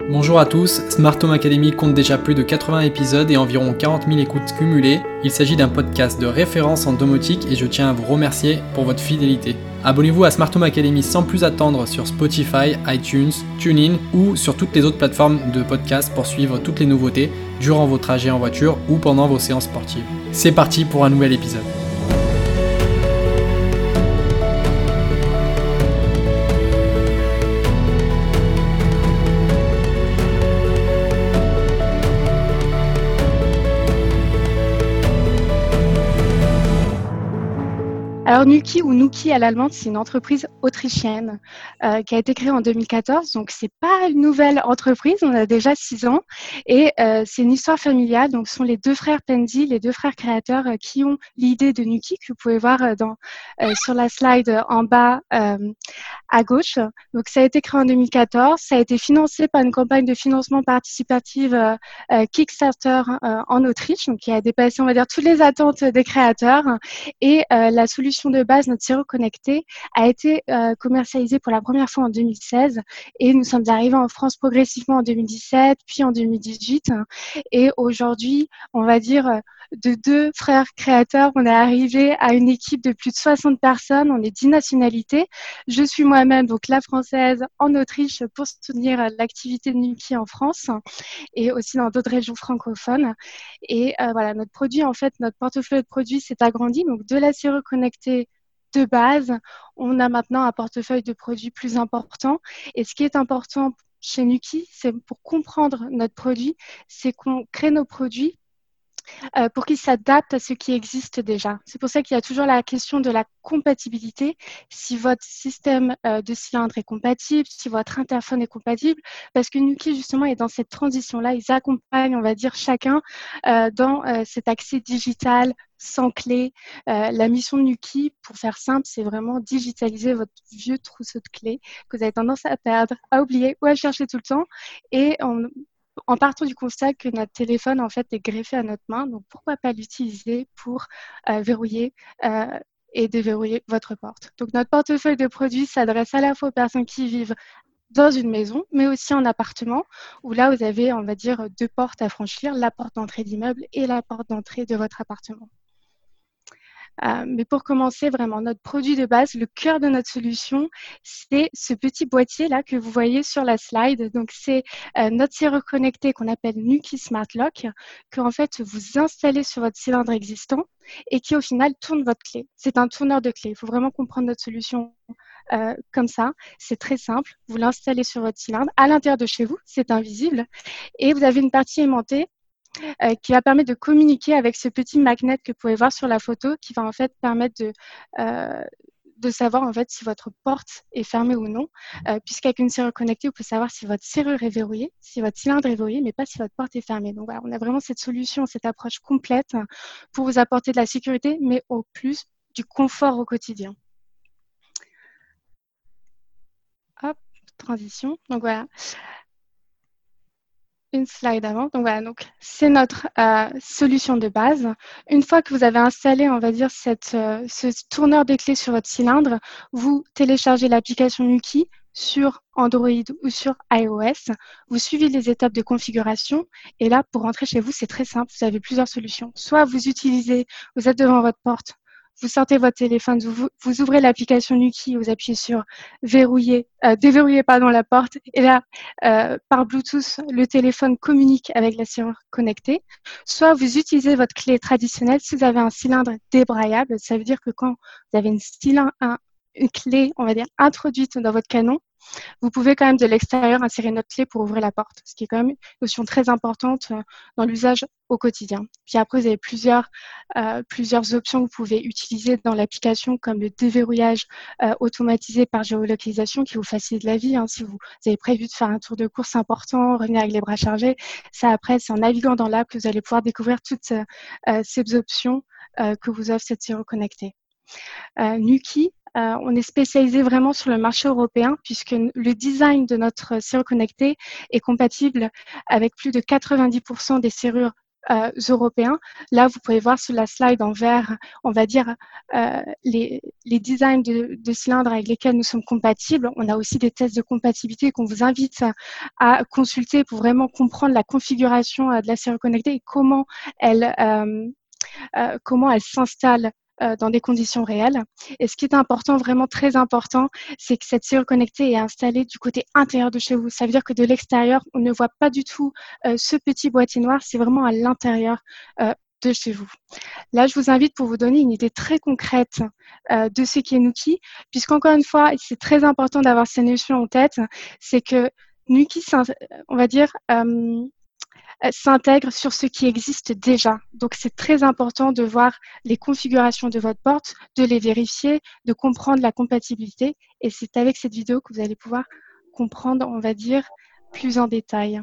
Bonjour à tous, Smart Home Academy compte déjà plus de 80 épisodes et environ 40 000 écoutes cumulées. Il s'agit d'un podcast de référence en domotique et je tiens à vous remercier pour votre fidélité. Abonnez-vous à Smart Home Academy sans plus attendre sur Spotify, iTunes, TuneIn ou sur toutes les autres plateformes de podcast pour suivre toutes les nouveautés durant vos trajets en voiture ou pendant vos séances sportives. C'est parti pour un nouvel épisode. Alors Nuki ou Nuki à l'allemande, c'est une entreprise autrichienne qui a été créée en 2014. Donc c'est pas une nouvelle entreprise, on a déjà 6 ans et c'est une histoire familiale. Donc ce sont les deux frères Penzi, les deux frères créateurs qui ont l'idée de Nuki que vous pouvez voir sur la slide en bas à gauche. Donc ça a été créé en 2014, ça a été financé par une campagne de financement participative Kickstarter en Autriche, donc qui a dépassé, on va dire, toutes les attentes des créateurs. Et la solution de base, notre sirop connecté, a été commercialisée pour la première fois en 2016 et nous sommes arrivés en France progressivement en 2017, puis en 2018. Et aujourd'hui, on va dire, de deux frères créateurs, on est arrivé à une équipe de plus de 60 personnes, on est 10 nationalités. Je suis moi-même donc la française en Autriche pour soutenir l'activité de Nuki en France et aussi dans d'autres régions francophones. Et voilà, notre produit, en fait, notre portefeuille de produits s'est agrandi. Donc, de la serrure connectée de base, on a maintenant un portefeuille de produits plus important. Et ce qui est important chez Nuki, c'est pour comprendre notre produit, c'est qu'on crée nos produits pour qu'ils s'adaptent à ce qui existe déjà. C'est pour ça qu'il y a toujours la question de la compatibilité. Si votre système de cylindre est compatible, si votre interphone est compatible, parce que Nuki, justement, est dans cette transition-là. Ils accompagnent, on va dire, chacun dans cet accès digital sans clé. La mission de Nuki, pour faire simple, c'est vraiment digitaliser votre vieux trousseau de clés que vous avez tendance à perdre, à oublier ou à chercher tout le temps. Et en partant du constat que notre téléphone en fait est greffé à notre main, donc pourquoi pas l'utiliser pour verrouiller et déverrouiller votre porte. Donc notre portefeuille de produits s'adresse à la fois aux personnes qui vivent dans une maison, mais aussi en appartement, où là vous avez, on va dire, deux portes à franchir, la porte d'entrée d'immeuble et la porte d'entrée de votre appartement. Mais pour commencer, vraiment, notre produit de base, le cœur de notre solution, c'est ce petit boîtier-là que vous voyez sur la slide. Donc, c'est notre serrure connectée qu'on appelle Nuki Smart Lock, que en fait, vous installez sur votre cylindre existant et qui, au final, tourne votre clé. C'est un tourneur de clé. Il faut vraiment comprendre notre solution comme ça. C'est très simple. Vous l'installez sur votre cylindre à l'intérieur de chez vous. C'est invisible. Et vous avez une partie aimantée qui va permettre de communiquer avec ce petit magnet que vous pouvez voir sur la photo, qui va en fait permettre de savoir en fait si votre porte est fermée ou non, puisqu'avec une serrure connectée, vous pouvez savoir si votre serrure est verrouillée, si votre cylindre est verrouillé, mais pas si votre porte est fermée. Donc voilà, on a vraiment cette solution, cette approche complète pour vous apporter de la sécurité, mais au plus du confort au quotidien. Hop, transition. Donc voilà. Une slide avant. Donc voilà, donc c'est notre solution de base. Une fois que vous avez installé, on va dire, ce tourneur des clés sur votre cylindre, vous téléchargez l'application Nuki sur Android ou sur iOS. Vous suivez les étapes de configuration et là, pour rentrer chez vous, c'est très simple. Vous avez plusieurs solutions. Soit vous êtes devant votre porte, vous sortez votre téléphone, vous ouvrez l'application Nuki, vous appuyez sur déverrouiller la porte et là, par Bluetooth, le téléphone communique avec la serrure connectée. Soit vous utilisez votre clé traditionnelle. Si vous avez un cylindre débrayable, ça veut dire que quand vous avez une clé, on va dire, introduite dans votre canon, vous pouvez quand même de l'extérieur insérer notre clé pour ouvrir la porte, ce qui est quand même une notion très importante dans l'usage au quotidien. Puis après, vous avez plusieurs options que vous pouvez utiliser dans l'application, comme le déverrouillage automatisé par géolocalisation qui vous facilite la vie. Si vous avez prévu de faire un tour de course important, revenir avec les bras chargés, ça après, c'est en naviguant dans l'app que vous allez pouvoir découvrir toutes ces options que vous offre cette serrure connectée. Nuki, on est spécialisé vraiment sur le marché européen puisque le design de notre serrure connectée est compatible avec plus de 90% des serrures européens. Là, vous pouvez voir sur la slide en vert, on va dire, les designs de cylindres avec lesquels nous sommes compatibles. On a aussi des tests de compatibilité qu'on vous invite à consulter pour vraiment comprendre la configuration de la série connectée et comment elle s'installe dans des conditions réelles. Et ce qui est important, vraiment très important, c'est que cette serrure connectée est installée du côté intérieur de chez vous. Ça veut dire que de l'extérieur, on ne voit pas du tout ce petit boîtier noir, c'est vraiment à l'intérieur de chez vous. Là, je vous invite pour vous donner une idée très concrète de ce qu'est Nuki, puisqu'encore une fois, c'est très important d'avoir ces notions en tête, c'est que Nuki, on va dire, s'intègre sur ce qui existe déjà. Donc, c'est très important de voir les configurations de votre porte, de les vérifier, de comprendre la compatibilité. Et c'est avec cette vidéo que vous allez pouvoir comprendre, on va dire, plus en détail.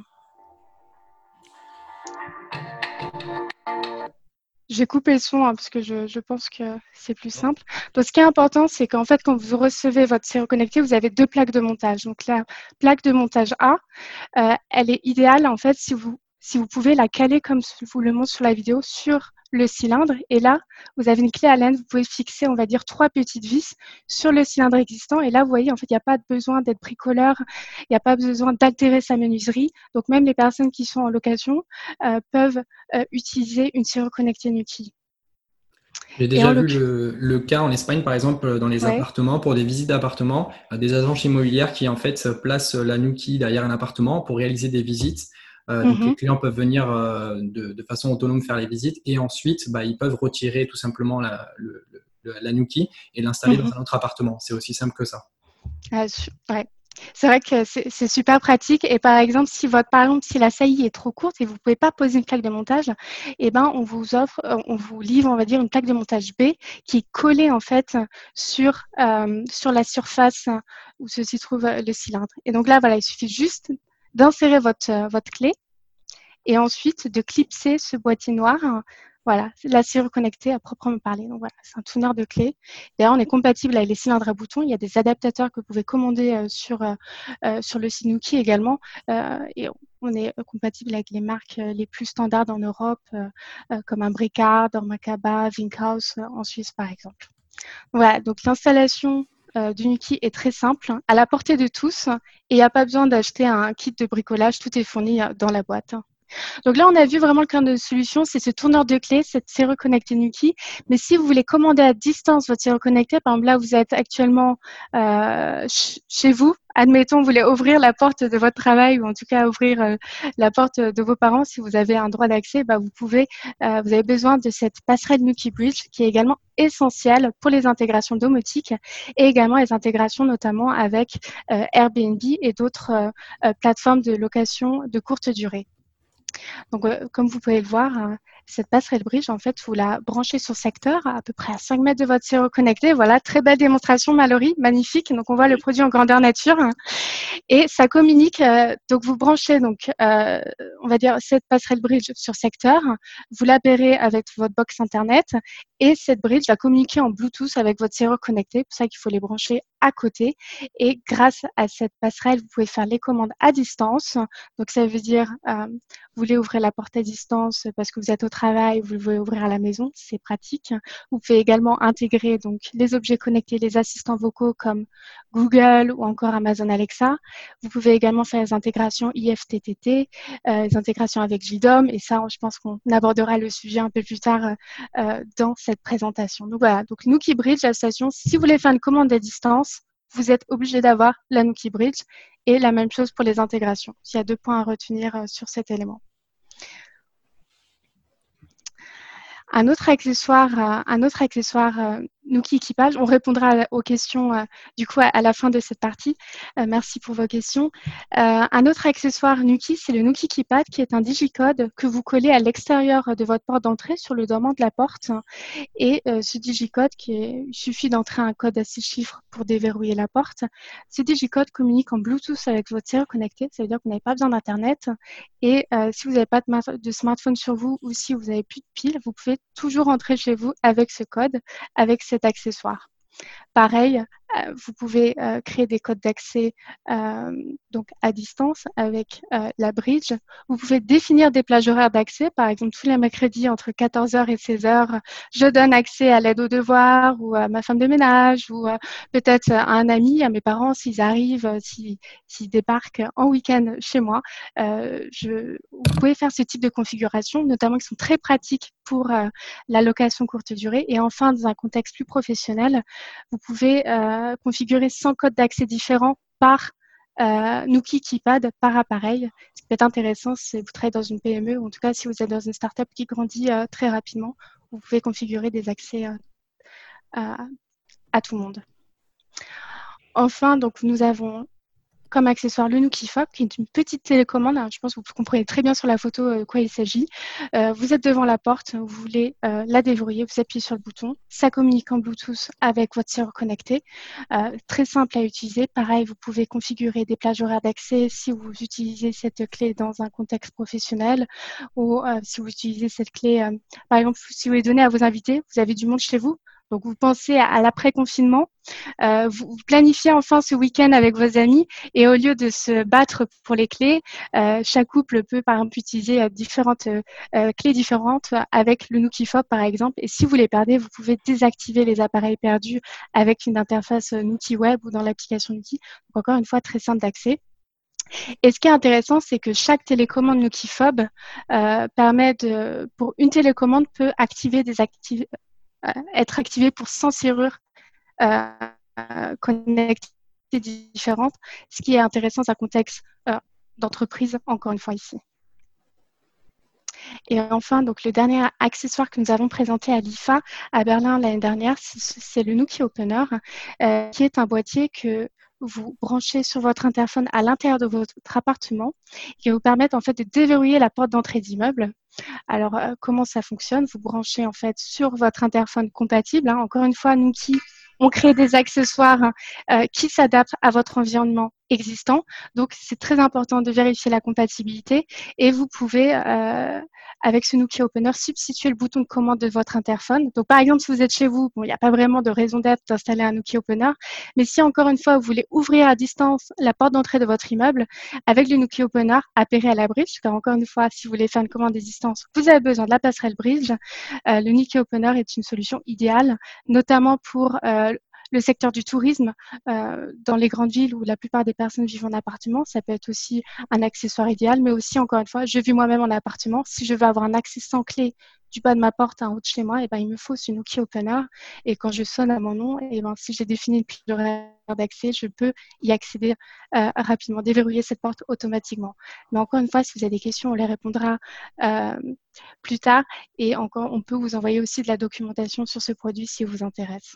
Je vais couper le son parce que je pense que c'est plus simple. Donc, ce qui est important, c'est qu'en fait, quand vous recevez votre serrure connectée, vous avez deux plaques de montage. Donc, la plaque de montage A, elle est idéale, en fait, si vous pouvez la caler comme je vous le montre sur la vidéo sur le cylindre. Et là, vous avez une clé Allen, vous pouvez fixer, on va dire, 3 petites vis sur le cylindre existant. Et là, vous voyez, en fait, il n'y a pas besoin d'être bricoleur, il n'y a pas besoin d'altérer sa menuiserie. Donc, même les personnes qui sont en location peuvent utiliser une serrure connectée Nuki. J'ai déjà vu le cas en Espagne, par exemple, dans les Ouais. appartements, pour des visites d'appartements, des agences immobilières qui en fait placent la Nuki derrière un appartement pour réaliser des visites. Donc les clients peuvent venir de façon autonome faire les visites et ensuite ils peuvent retirer tout simplement la Nuki et l'installer dans un autre appartement. C'est aussi simple que ça. Ouais. C'est vrai que c'est super pratique. Et par exemple, si la saillie est trop courte et vous ne pouvez pas poser une plaque de montage, on vous livre, on va dire, une plaque de montage B qui est collée en fait sur la surface où se trouve le cylindre. Et donc là, voilà, il suffit juste d'insérer votre clé et ensuite de clipser ce boîtier noir. Voilà, c'est la serrure connectée à proprement parler. Donc voilà, c'est un tourneur de clés. D'ailleurs, on est compatible avec les cylindres à boutons. Il y a des adaptateurs que vous pouvez commander sur le site Nuki également. Et on est compatible avec les marques les plus standards en Europe, comme un Bricard, Dormakaba, Winkhaus en Suisse par exemple. Voilà, donc l'installation du Nuki est très simple, à la portée de tous, et il n'y a pas besoin d'acheter un kit de bricolage, tout est fourni dans la boîte. Donc là, on a vu vraiment le cœur de solution, c'est ce tourneur de clés, cette serrure connectée Nuki. Mais si vous voulez commander à distance votre serrure connectée, par exemple là, vous êtes actuellement chez vous, admettons, vous voulez ouvrir la porte de votre travail ou en tout cas ouvrir la porte de vos parents, si vous avez un droit d'accès, vous avez besoin de cette passerelle Nuki Bridge qui est également essentielle pour les intégrations domotiques et également les intégrations notamment avec Airbnb et d'autres plateformes de location de courte durée. Donc, comme vous pouvez le voir, cette passerelle bridge, en fait, vous la branchez sur secteur à peu près à 5 mètres de votre serrure connectée. Voilà, très belle démonstration, Mallory, magnifique. Donc, on voit le produit en grandeur nature. Et ça communique, donc vous branchez on va dire cette passerelle bridge sur secteur, vous la pairez avec votre box internet et cette bridge va communiquer en Bluetooth avec votre serrure connectée. C'est pour ça qu'il faut les brancher à côté. Et grâce à cette passerelle, vous pouvez faire les commandes à distance. Donc ça veut dire, vous voulez ouvrir la porte à distance parce que vous êtes au travail, vous voulez ouvrir à la maison, c'est pratique. Vous pouvez également intégrer donc les objets connectés, les assistants vocaux comme Google ou encore Amazon Alexa. Vous pouvez également faire les intégrations IFTTT, les intégrations avec JDOM, et ça, je pense qu'on abordera le sujet un peu plus tard dans cette présentation. Donc voilà, donc Nuki Bridge, la station, si vous voulez faire une commande à distance, vous êtes obligé d'avoir la Nuki Bridge, et la même chose pour les intégrations. Il y a 2 points à retenir sur cet élément. Un autre accessoire Nuki équipage, on répondra aux questions du coup à la fin de cette partie. Merci pour vos questions. Un autre accessoire Nuki, c'est le Nuki Keypad qui est un digicode que vous collez à l'extérieur de votre porte d'entrée sur le dormant de la porte. Et ce digicode, il suffit d'entrer un code à 6 chiffres pour déverrouiller la porte. Ce digicode communique en Bluetooth avec votre serrure connectée, ça veut dire que vous n'avez pas besoin d'Internet. Et si vous n'avez pas de smartphone sur vous ou si vous n'avez plus de piles, vous pouvez toujours entrer chez vous avec ce code, avec cet accessoire. Pareil, vous pouvez créer des codes d'accès donc à distance avec la bridge. Vous pouvez définir des plages horaires d'accès. Par exemple, tous les mercredis entre 14h et 16h, je donne accès à l'aide aux devoirs ou à ma femme de ménage ou peut-être à un ami, à mes parents s'ils arrivent, s'ils débarquent en week-end chez moi. Vous pouvez faire ce type de configuration, notamment qui sont très pratiques pour la location courte durée. Et enfin, dans un contexte plus professionnel, vous pouvez configurer 100 codes d'accès différents par Nookie Keypad par appareil. Ce qui peut être intéressant si vous travaillez dans une PME ou en tout cas si vous êtes dans une startup qui grandit très rapidement, vous pouvez configurer des accès à tout le monde. Enfin, donc nous avons comme accessoire le Nookie Fob, qui est une petite télécommande. Alors, je pense que vous comprenez très bien sur la photo de quoi il s'agit. Vous êtes devant la porte, vous voulez la déverrouiller, vous appuyez sur le bouton. Ça communique en Bluetooth avec votre serveur connecté. Très simple à utiliser. Pareil, vous pouvez configurer des plages horaires d'accès si vous utilisez cette clé dans un contexte professionnel ou si vous utilisez cette clé, par exemple, si vous les donnez à vos invités, vous avez du monde chez vous. Donc, vous pensez à l'après-confinement, vous planifiez enfin ce week-end avec vos amis et au lieu de se battre pour les clés, chaque couple peut par exemple utiliser différentes clés différentes avec le Nookie Fob par exemple. Et si vous les perdez, vous pouvez désactiver les appareils perdus avec une interface Nookie Web ou dans l'application Nookie. Donc encore une fois, très simple d'accès. Et ce qui est intéressant, c'est que chaque télécommande Nookie Fob permet pour une télécommande peut être activée pour 100 serrures connectées différentes, ce qui est intéressant dans un contexte d'entreprise, encore une fois ici. Et enfin, donc, le dernier accessoire que nous avons présenté à l'IFA à Berlin l'année dernière, c'est le Nookie Opener, qui est un boîtier que vous branchez sur votre interphone à l'intérieur de votre appartement, qui va vous permettre en fait de déverrouiller la porte d'entrée d'immeuble. Alors, comment ça fonctionne? Vous branchez en fait sur votre interphone compatible. Encore une fois, Nookie, on crée des accessoires qui s'adaptent à votre environnement existant. Donc, c'est très important de vérifier la compatibilité et vous pouvez, avec ce Nookie Opener, substituer le bouton de commande de votre interphone. Donc, par exemple, si vous êtes chez vous, bon, il n'y a pas vraiment de raison d'être d'installer un Nookie Opener, mais si encore une fois, vous voulez ouvrir à distance la porte d'entrée de votre immeuble, avec le Nookie Opener, appairé à la bridge, car encore une fois, si vous voulez faire une commande à distance, vous avez besoin de la passerelle bridge. Le Nookie Opener est une solution idéale, notamment pour le secteur du tourisme dans les grandes villes où la plupart des personnes vivent en appartement. Ça peut être aussi un accessoire idéal, mais aussi, encore une fois, je vis moi-même en appartement. Si je veux avoir un accès sans clé du bas de ma porte à en haut de chez moi, il me faut ce Nookie Opener. Et quand je sonne à mon nom, si j'ai défini une plage horaire d'accès, je peux y accéder rapidement, déverrouiller cette porte automatiquement. Mais encore une fois, si vous avez des questions, on les répondra plus tard. Et encore, on peut vous envoyer aussi de la documentation sur ce produit si vous intéresse.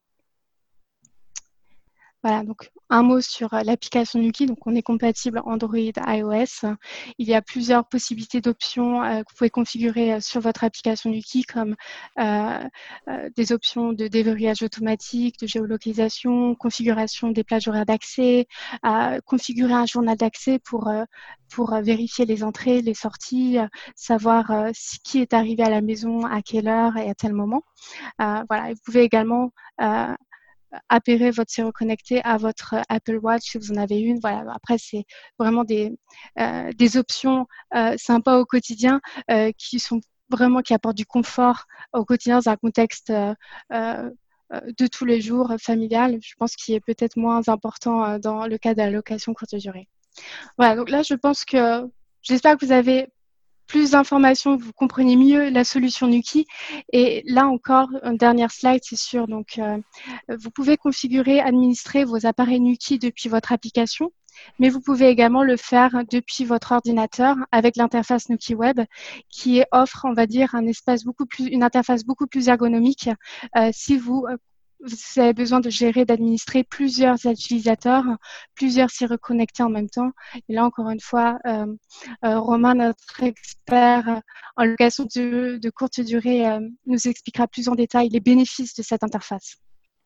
Voilà, donc un mot sur l'application Nookie. Donc, on est compatible Android, iOS. Il y a plusieurs possibilités d'options que vous pouvez configurer sur votre application Nookie, comme des options de déverrouillage automatique, de géolocalisation, configuration des plages horaires d'accès, configurer un journal d'accès pour vérifier les entrées, les sorties, savoir qui est arrivé à la maison, à quelle heure et à tel moment. Voilà, et vous pouvez également appairer votre serrure connecté à votre Apple Watch si vous en avez une. Voilà. Après, c'est vraiment des options sympas au quotidien qui apportent du confort au quotidien dans un contexte de tous les jours familial. Je pense qu'il est peut-être moins important dans le cas de la location courte durée. Voilà, donc là, je pense que j'espère que vous avez plus d'informations, vous comprenez mieux la solution Nookie. Et là encore, une dernière slide, c'est sûr. Donc, vous pouvez configurer, administrer vos appareils Nookie depuis votre application, mais vous pouvez également le faire depuis votre ordinateur avec l'interface Nookie Web, qui offre, on va dire, une interface beaucoup plus ergonomique si vous avez besoin de gérer, d'administrer plusieurs utilisateurs, plusieurs s'y reconnecter en même temps. Et là, encore une fois, Romain, notre expert en location de courte durée, nous expliquera plus en détail les bénéfices de cette interface.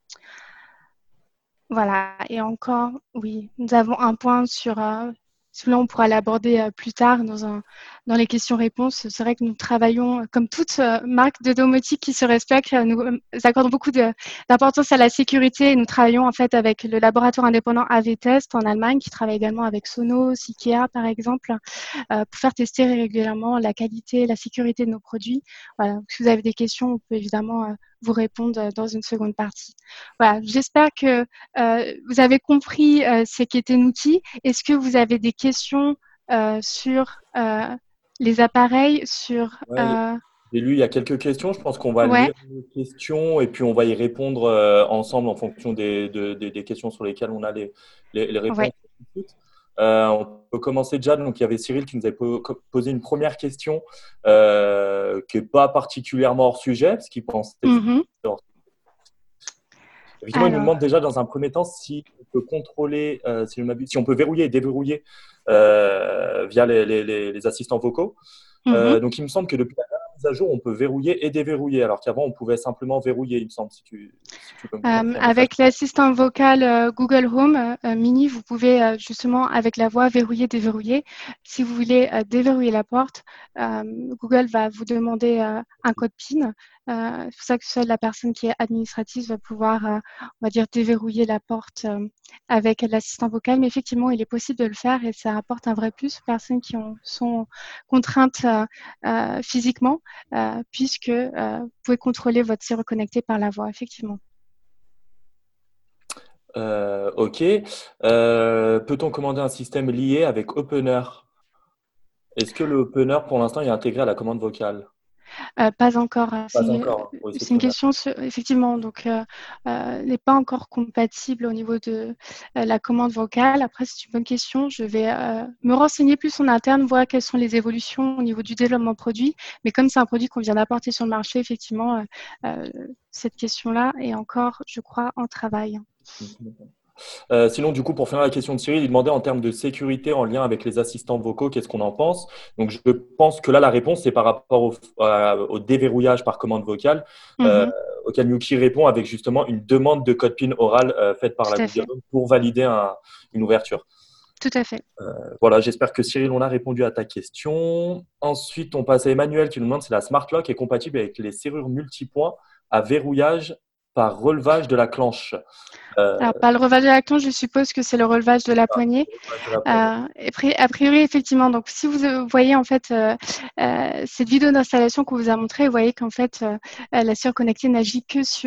Voilà, et encore, oui, nous avons un point sur celui-là, on pourra l'aborder plus tard dans les questions-réponses. C'est vrai que nous travaillons, comme toute marque de domotique qui se respecte, nous accordons beaucoup d'importance à la sécurité. Et nous travaillons en fait avec le laboratoire indépendant AV-Test en Allemagne, qui travaille également avec Sonos, Ikea par exemple, pour faire tester régulièrement la qualité, la sécurité de nos produits. Voilà. Donc, si vous avez des questions, on peut évidemment vous répondre dans une seconde partie. Voilà. J'espère que vous avez compris ce qu'était Nuki. Est-ce que vous avez des questions sur les appareils, sur... Ouais, j'ai lu, il y a quelques questions. Je pense qu'on va Ouais, lire les questions et puis on va y répondre ensemble en fonction des questions sur lesquelles on a les ouais. réponses tout de suite. On peut commencer déjà. Donc, il y avait Cyril qui nous avait posé une première question qui n'est pas particulièrement hors sujet, parce qu'il pensait que Mhm. c'était hors. Effectivement, il nous Alors, demande déjà dans un premier temps si on peut contrôler, si on peut verrouiller et déverrouiller via les assistants vocaux. mhm. Donc, il me semble que depuis la dernière mise à jour, on peut verrouiller et déverrouiller, alors qu'avant, on pouvait simplement verrouiller, il me semble, si tu peux me confirmer ça. Avec l'assistant vocal Google Home Mini, vous pouvez justement, avec la voix, verrouiller, déverrouiller. Si vous voulez déverrouiller la porte, Google va vous demander un code PIN. C'est pour ça que seule la personne qui est administrative va pouvoir, on va dire, déverrouiller la porte avec l'assistant vocal. Mais effectivement, il est possible de le faire et ça apporte un vrai plus aux personnes qui sont contraintes physiquement, puisque vous pouvez contrôler votre serrure connecté par la voix, effectivement. Ok. Peut-on commander un système lié avec Opener? Est-ce que le Opener, pour l'instant, est intégré à la commande vocale? Pas encore. Pas encore, hein. Oui, C'est une effectivement. question, effectivement, donc n'est pas encore compatible au niveau de la commande vocale. Après, c'est une bonne question. Je vais me renseigner plus en interne, voir quelles sont les évolutions au niveau du développement produit. Mais comme c'est un produit qu'on vient d'apporter sur le marché, effectivement, cette question-là est encore, je crois, en travail. Sinon, du coup, pour finir la question de Cyril, il demandait en termes de sécurité en lien avec les assistants vocaux, qu'est-ce qu'on en pense? Donc, je pense que là, la réponse, c'est par rapport au déverrouillage par commande vocale, euh, Mhm, auquel Yuki répond avec justement une demande de code PIN oral faite par la tout à Google fait. Home pour valider une ouverture. Tout à fait. Voilà, j'espère que Cyril, on a répondu à ta question. Ensuite, on passe à Emmanuel qui nous demande si la Smart Lock est compatible avec les serrures multipoints à verrouillage par relevage de la clenche. Euh, Alors, par le relevage de la clenche, je suppose que c'est le relevage de la poignée. relevage de la poignée. Et a priori, effectivement, donc si vous voyez en fait cette vidéo d'installation qu'on vous a montrée, vous voyez qu'en fait la serrure connectée n'agit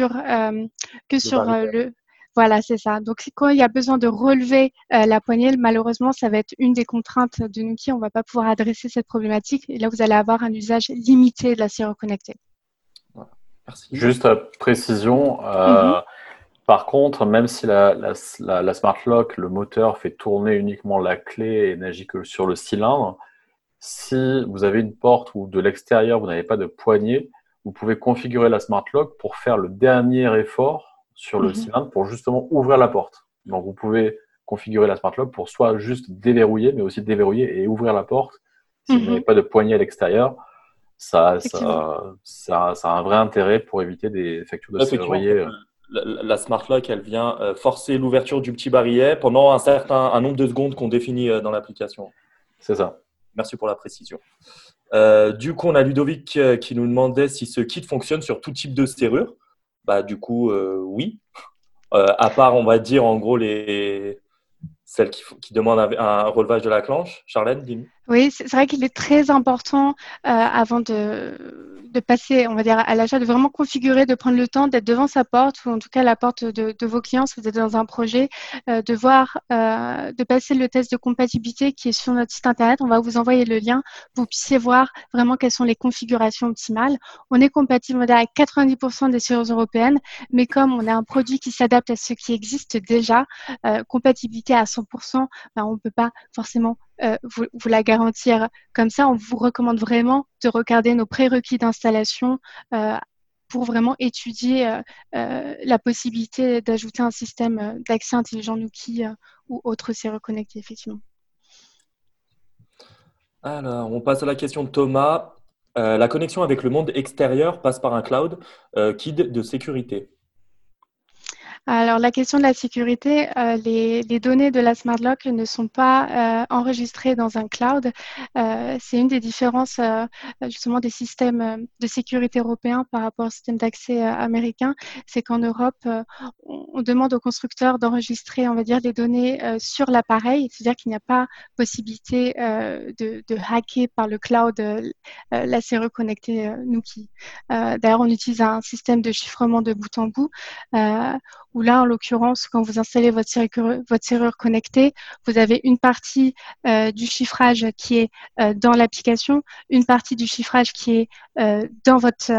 que Le sur variable. le. Voilà, c'est ça. Donc quand il y a besoin de relever la poignée, malheureusement, ça va être une des contraintes de Nuki. On ne va pas pouvoir adresser cette problématique. Et là, vous allez avoir un usage limité de la serrure connectée. Voilà. Merci. Juste à précision, Mhm, par contre, même si la Smart Lock, le moteur fait tourner uniquement la clé et n'agit que sur le cylindre, si vous avez une porte ou de l'extérieur, vous n'avez pas de poignée, vous pouvez configurer la Smart Lock pour faire le dernier effort sur le mhm, cylindre pour justement ouvrir la porte. Donc vous pouvez configurer la Smart Lock pour soit juste déverrouiller, mais aussi déverrouiller et ouvrir la porte si vous n'avez mhm. pas de poignée à l'extérieur. Ça, Effectivement. ça a un vrai intérêt pour éviter des factures de Effectivement, en fait, serrurier. la Smart Lock, elle vient forcer l'ouverture du petit barillet pendant un nombre de secondes qu'on définit dans l'application. C'est ça. Merci pour la précision. Du coup, on a Ludovic qui nous demandait si ce kit fonctionne sur tout type de serrure. Bah, du coup, oui. À part, on va dire, en gros, celles qui demandent un relevage de la clenche. Charlène, dis-nous. Oui, c'est vrai qu'il est très important avant de passer, on va dire, à l'achat, de vraiment configurer, de prendre le temps d'être devant sa porte ou en tout cas la porte de vos clients si vous êtes dans un projet, de voir, de passer le test de compatibilité qui est sur notre site internet. On va vous envoyer le lien pour que vous puissiez voir vraiment quelles sont les configurations optimales. On est compatible on va dire, avec 90% des serrures européennes, mais comme on a un produit qui s'adapte à ce qui existe déjà, compatibilité à 100%, ben, on ne peut pas forcément vous la garantir comme ça. On vous recommande vraiment de regarder nos prérequis d'installation pour vraiment étudier la possibilité d'ajouter un système d'accès intelligent Nuki ou autre serrure connectée, effectivement. Alors, on passe à la question de Thomas. La connexion avec le monde extérieur passe par un cloud KID de sécurité. Alors, la question de la sécurité, les données de la Smart Lock ne sont pas enregistrées dans un cloud. C'est une des différences justement des systèmes de sécurité européens par rapport au système d'accès américain. C'est qu'en Europe, on demande aux constructeurs d'enregistrer, on va dire, les données sur l'appareil, c'est-à-dire qu'il n'y a pas possibilité de hacker par le cloud la serrure connectée Nuki. D'ailleurs, on utilise un système de chiffrement de bout en bout. Où là, en l'occurrence, quand vous installez votre serrure connectée, vous avez une partie du chiffrage qui est dans l'application, une partie du chiffrage qui est dans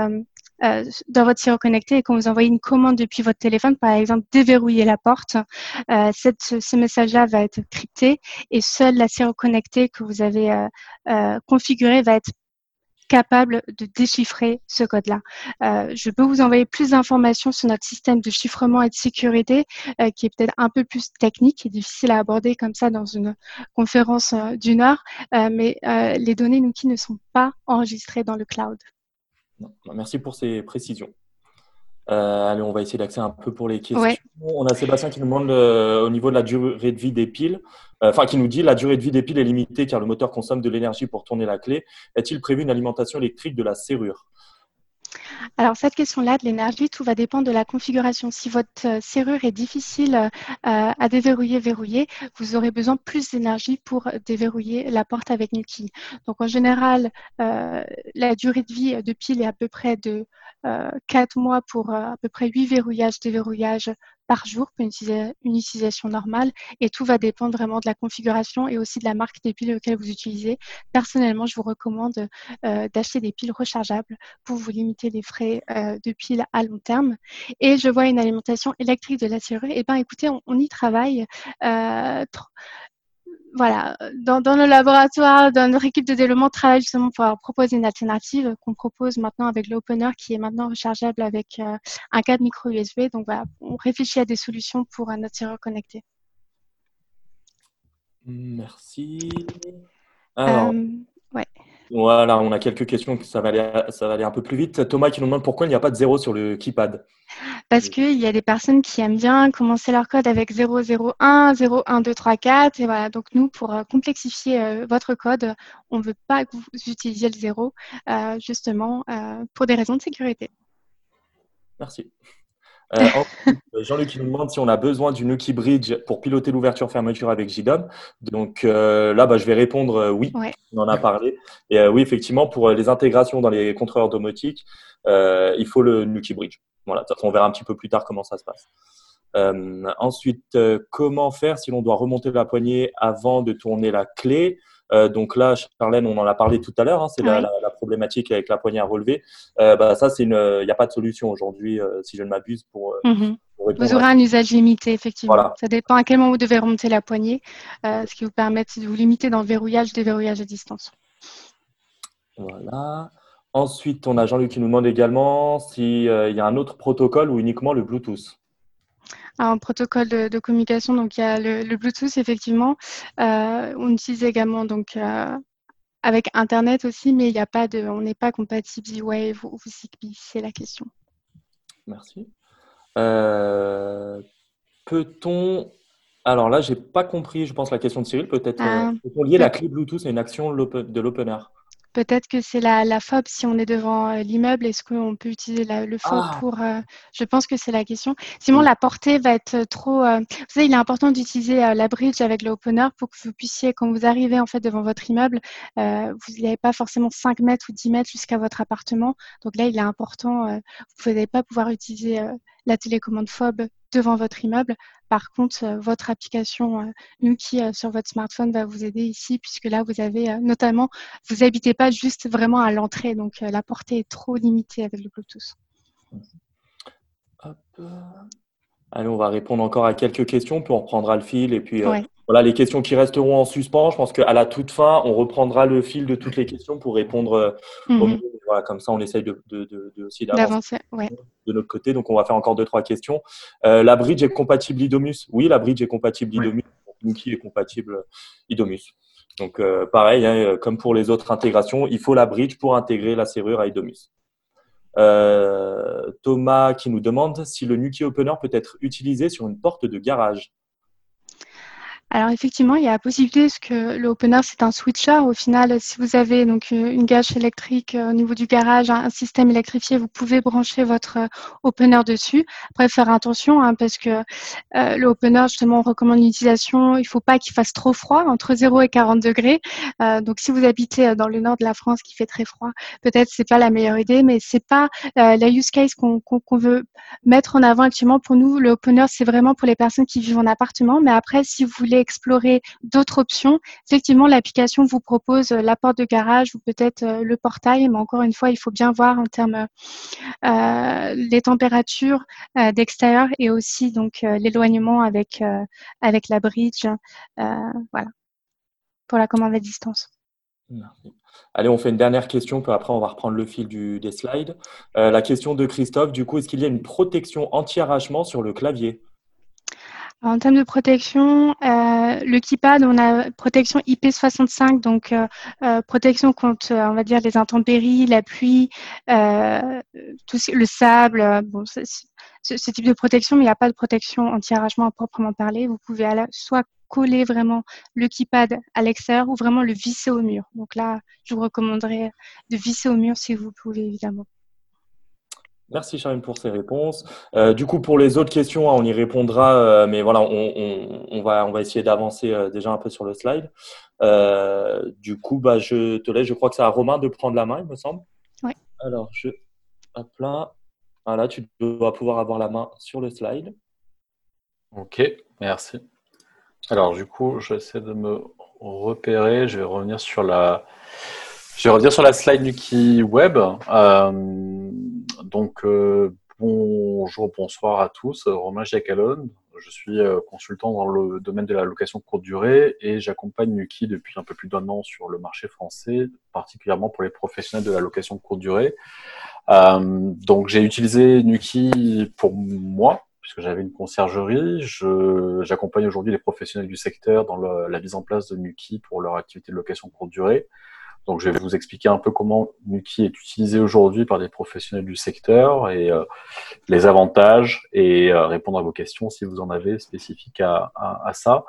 votre serrure connectée, et quand vous envoyez une commande depuis votre téléphone, par exemple, déverrouiller la porte, ce message-là va être crypté et seule la serrure connectée que vous avez configurée va être capable de déchiffrer ce code-là. Je peux vous envoyer plus d'informations sur notre système de chiffrement et de sécurité qui est peut-être un peu plus technique et difficile à aborder comme ça dans une conférence d'une heure, mais les données Nuki ne sont pas enregistrées dans le cloud. Merci pour ces précisions. Allez, on va essayer d'axer un peu pour les questions. Ouais. On a Sébastien qui nous demande au niveau de la durée de vie des piles, qui nous dit la durée de vie des piles est limitée car le moteur consomme de l'énergie pour tourner la clé. Est-il prévu une alimentation électrique de la serrure? Alors, cette question-là de l'énergie, tout va dépendre de la configuration. Si votre serrure est difficile à déverrouiller, verrouiller, vous aurez besoin de plus d'énergie pour déverrouiller la porte avec Nuki. Donc, en général, la durée de vie de pile est à peu près de 4 mois pour à peu près 8 verrouillages, déverrouillages par jour pour une utilisation normale. Et tout va dépendre vraiment de la configuration et aussi de la marque des piles auxquelles vous utilisez. Personnellement, je vous recommande d'acheter des piles rechargeables pour vous limiter les frais de piles à long terme. Et je vois une alimentation électrique de la serrure. Eh bien, écoutez, on y travaille. Voilà, dans nos laboratoires, dans notre équipe de développement, on travaille justement pour proposer une alternative qu'on propose maintenant avec l'opener qui est maintenant rechargeable avec un câble micro USB. Donc voilà, on réfléchit à des solutions pour notre serrure connectée. Merci. Alors, ouais. voilà, on a quelques questions, ça va aller un peu plus vite. Thomas qui nous demande pourquoi il n'y a pas de 0 sur le keypad. Parce qu'il y a des personnes qui aiment bien commencer leur code avec 001, 01234. Et voilà, donc nous, pour complexifier votre code, on ne veut pas que vous utilisiez le 0, justement, pour des raisons de sécurité. Merci. Ensuite, Jean-Luc qui nous demande si on a besoin du Nuki Bridge pour piloter l'ouverture-fermeture avec JDOM. Donc là, je vais répondre oui, Ouais. on en a parlé. Et oui, effectivement, pour les intégrations dans les contrôleurs domotiques, il faut le Nuki Bridge. Voilà, de toute façon, on verra un petit peu plus tard comment ça se passe. Ensuite, comment faire si l'on doit remonter la poignée avant de tourner la clé? Donc là, Charlène, on en a parlé tout à l'heure, c'est la problématique avec la poignée à relever. Ça, il n'y a pas de solution aujourd'hui, si je ne m'abuse, pour répondre. Vous aurez un usage limité, effectivement. Voilà. Ça dépend à quel moment vous devez remonter la poignée, ce qui vous permet de vous limiter dans le verrouillage, déverrouillage à distance. Voilà. Ensuite, on a Jean-Luc qui nous demande également s'il y a un autre protocole ou uniquement le Bluetooth. Un protocole de communication, donc il y a le Bluetooth, effectivement. On utilise également donc avec Internet aussi, mais on n'est pas compatible Z-Wave ou Zigbee, c'est la question. Merci. Peut-on… Alors là, je n'ai pas compris, je pense, la question de Cyril. Peut-être peut-on lier la clé Bluetooth à une action de l'opener? Peut-être que c'est la fob si on est devant l'immeuble. Est-ce qu'on peut utiliser le fob pour… je pense que c'est la question. Sinon, la portée va être trop… vous savez, il est important d'utiliser la bridge avec l'opener pour que vous puissiez, quand vous arrivez en fait devant votre immeuble, vous n'avez pas forcément 5 mètres ou 10 mètres jusqu'à votre appartement. Donc là, il est important, vous n'allez pas pouvoir utiliser la télécommande fob devant votre immeuble. Par contre, votre application Nuki sur votre smartphone va vous aider ici, puisque là, vous avez notamment, vous n'habitez pas juste vraiment à l'entrée, donc la portée est trop limitée avec le Bluetooth. Hop. Allez, on va répondre encore à quelques questions, puis on reprendra le fil. Et puis, voilà, les questions qui resteront en suspens, je pense qu'à la toute fin, on reprendra le fil de toutes les questions pour répondre au mieux. Voilà, comme ça, on essaye aussi d'avancer de notre côté. Donc, on va faire encore 2-3 questions. La bridge est compatible IDOMUS? Oui, la bridge est compatible IDOMUS. Nuki est compatible IDOMUS. Donc, pareil, comme pour les autres intégrations, il faut la bridge pour intégrer la serrure à IDOMUS. Thomas qui nous demande si le Nuki Opener peut être utilisé sur une porte de garage. Alors effectivement, il y a la possibilité, parce que le opener, c'est un switcher. Au final, si vous avez donc une gâche électrique au niveau du garage, un système électrifié, vous pouvez brancher votre opener dessus. Après, faire attention, parce que le opener, justement, on recommande une utilisation. Il ne faut pas qu'il fasse trop froid, entre 0 et 40 degrés. Donc, si vous habitez dans le nord de la France, qui fait très froid, peut-être c'est pas la meilleure idée, mais c'est pas la use case qu'on veut mettre en avant actuellement. Pour nous, le opener, c'est vraiment pour les personnes qui vivent en appartement. Mais après, si vous voulez explorer d'autres options, effectivement, l'application vous propose la porte de garage ou peut-être le portail. Mais encore une fois, il faut bien voir en termes les températures d'extérieur et aussi donc l'éloignement avec la bridge, voilà, pour la commande à distance. Merci. Allez, on fait une dernière question, puis après on va reprendre le fil des slides. La question de Christophe, du coup, est-ce qu'il y a une protection anti-arrachement sur le clavier? En termes de protection, le keypad, on a protection IP65, donc protection contre, on va dire, les intempéries, la pluie, le sable, bon, ce type de protection, mais il n'y a pas de protection anti-arrachement à proprement parler. Vous pouvez soit coller vraiment le keypad à l'extérieur ou vraiment le visser au mur. Donc là, je vous recommanderais de visser au mur si vous pouvez, évidemment. Merci Charline pour ces réponses. Du coup, pour les autres questions, on y répondra, mais voilà, on va essayer d'avancer déjà un peu sur le slide. Du coup, je te laisse, je crois que c'est à Romain de prendre la main, il me semble. Oui. Alors, hop là, voilà, tu dois pouvoir avoir la main sur le slide. Ok, merci. Alors, du coup, j'essaie de me repérer. Je vais revenir sur la slide Nuki Web. Bonjour, bonsoir à tous. Romain Giacalone. Je suis consultant dans le domaine de la location courte durée et j'accompagne Nuki depuis un peu plus d'1 an sur le marché français, particulièrement pour les professionnels de la location courte durée. Donc, j'ai utilisé Nuki pour moi, puisque j'avais une conciergerie. J'accompagne aujourd'hui les professionnels du secteur dans la mise en place de Nuki pour leur activité de location courte durée. Donc, je vais vous expliquer un peu comment Nuki est utilisé aujourd'hui par des professionnels du secteur et les avantages et répondre à vos questions si vous en avez spécifiques à ça.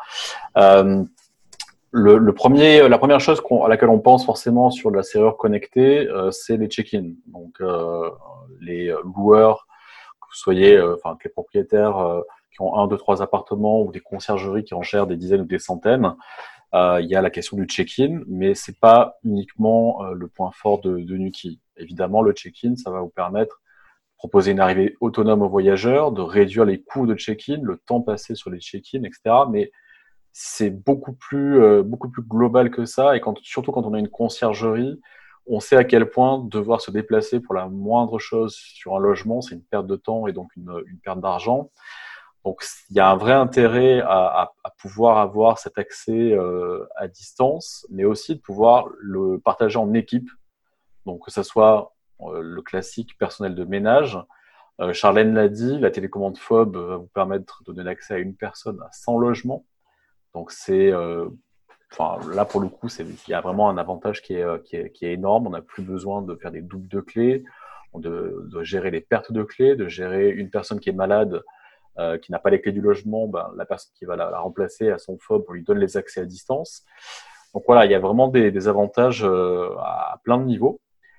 La première chose à laquelle on pense forcément sur la serrure connectée, c'est les check-in. Donc, les loueurs, que vous soyez, que les propriétaires qui ont 1, 2, 3 appartements ou des conciergeries qui en gèrent des dizaines ou des centaines, il y a la question du check-in, mais c'est pas uniquement le point fort de Nuki. Évidemment, le check-in, ça va vous permettre de proposer une arrivée autonome aux voyageurs, de réduire les coûts de check-in, le temps passé sur les check-in, etc. Mais c'est beaucoup plus global que ça. Et surtout quand on a une conciergerie, on sait à quel point devoir se déplacer pour la moindre chose sur un logement, c'est une perte de temps et donc une perte d'argent. Donc, il y a un vrai intérêt à pouvoir avoir cet accès à distance, mais aussi de pouvoir le partager en équipe. Donc, que ce soit le classique personnel de ménage. Charlène l'a dit, la télécommande FOB va vous permettre de donner accès à une personne à 100 logements. Donc, là, pour le coup, il y a vraiment un avantage qui est énorme. On n'a plus besoin de faire des doubles de clés, de gérer les pertes de clés, de gérer une personne qui est malade, qui n'a pas les clés du logement, la personne qui va la remplacer à son FOB, on lui donne les accès à distance. Donc voilà, il y a vraiment des avantages à plein de niveaux.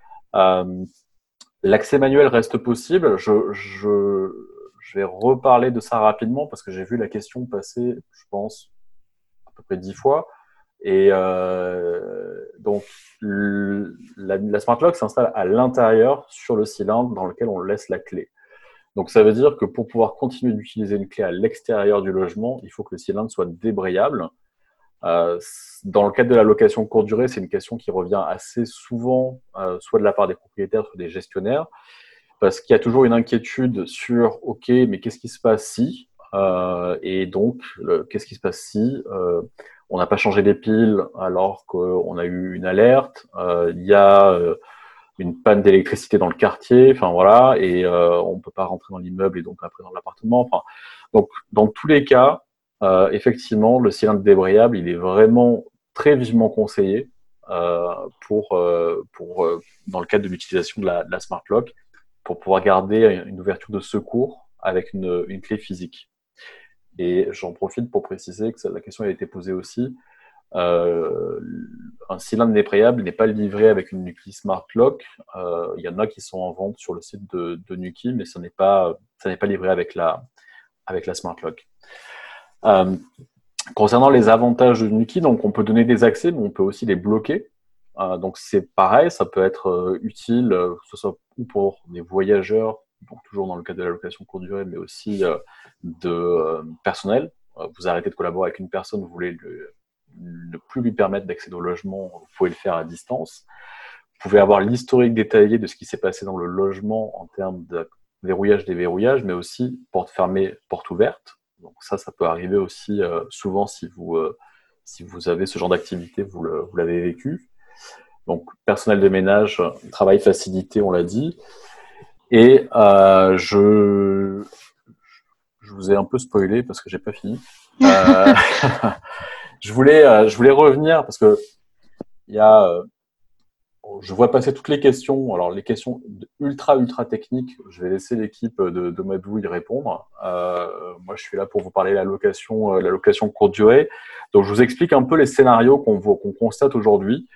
L'accès manuel reste possible. Je vais reparler de ça rapidement parce que j'ai vu la question passer, je pense, à peu près 10 fois. Et donc, la Smart Lock s'installe à l'intérieur sur le cylindre dans lequel on laisse la clé. Donc, ça veut dire que pour pouvoir continuer d'utiliser une clé à l'extérieur du logement, il faut que le cylindre soit débrayable. Dans le cadre de la location courte durée, c'est une question qui revient assez souvent, soit de la part des propriétaires, soit des gestionnaires, parce qu'il y a toujours une inquiétude sur « Ok, mais qu'est-ce qui se passe si ?» Et donc, qu'est-ce qui se passe si on n'a pas changé les piles alors qu'on a eu une alerte, il y a une panne d'électricité dans le quartier, enfin voilà, et on peut pas rentrer dans l'immeuble et donc après dans l'appartement. Enfin, donc dans tous les cas, effectivement, le cylindre débrayable, il est vraiment très vivement conseillé dans le cadre de l'utilisation de la Smart Lock, pour pouvoir garder une ouverture de secours avec une clé physique. Et j'en profite pour préciser que la question a été posée aussi. Un cylindre débrayable n'est pas livré avec une Nuki Smart Lock. Il y en a qui sont en vente sur le site de Nuki, mais ça n'est pas livré avec la Smart Lock. Concernant les avantages de Nuki, donc on peut donner des accès, mais on peut aussi les bloquer. Donc c'est pareil, ça peut être utile, que ce soit pour des voyageurs, donc toujours dans le cadre de la location courte durée, mais aussi de personnel. Vous arrêtez de collaborer avec une personne, vous voulez ne plus lui permettre d'accéder au logement, vous pouvez le faire à distance. Vous pouvez avoir l'historique détaillé de ce qui s'est passé dans le logement en termes de verrouillage, déverrouillage, mais aussi porte fermée, porte ouverte. Donc ça peut arriver aussi souvent si vous avez ce genre d'activité, vous l'avez vécu. Donc personnel de ménage, travail facilité, on l'a dit. Et je vous ai un peu spoilé parce que j'ai pas fini. Je voulais revenir parce que je vois passer toutes les questions. Alors les questions ultra techniques, je vais laisser l'équipe de Madou y répondre. Moi, je suis là pour vous parler de la location courte durée. Donc je vous explique un peu les scénarios qu'on constate aujourd'hui.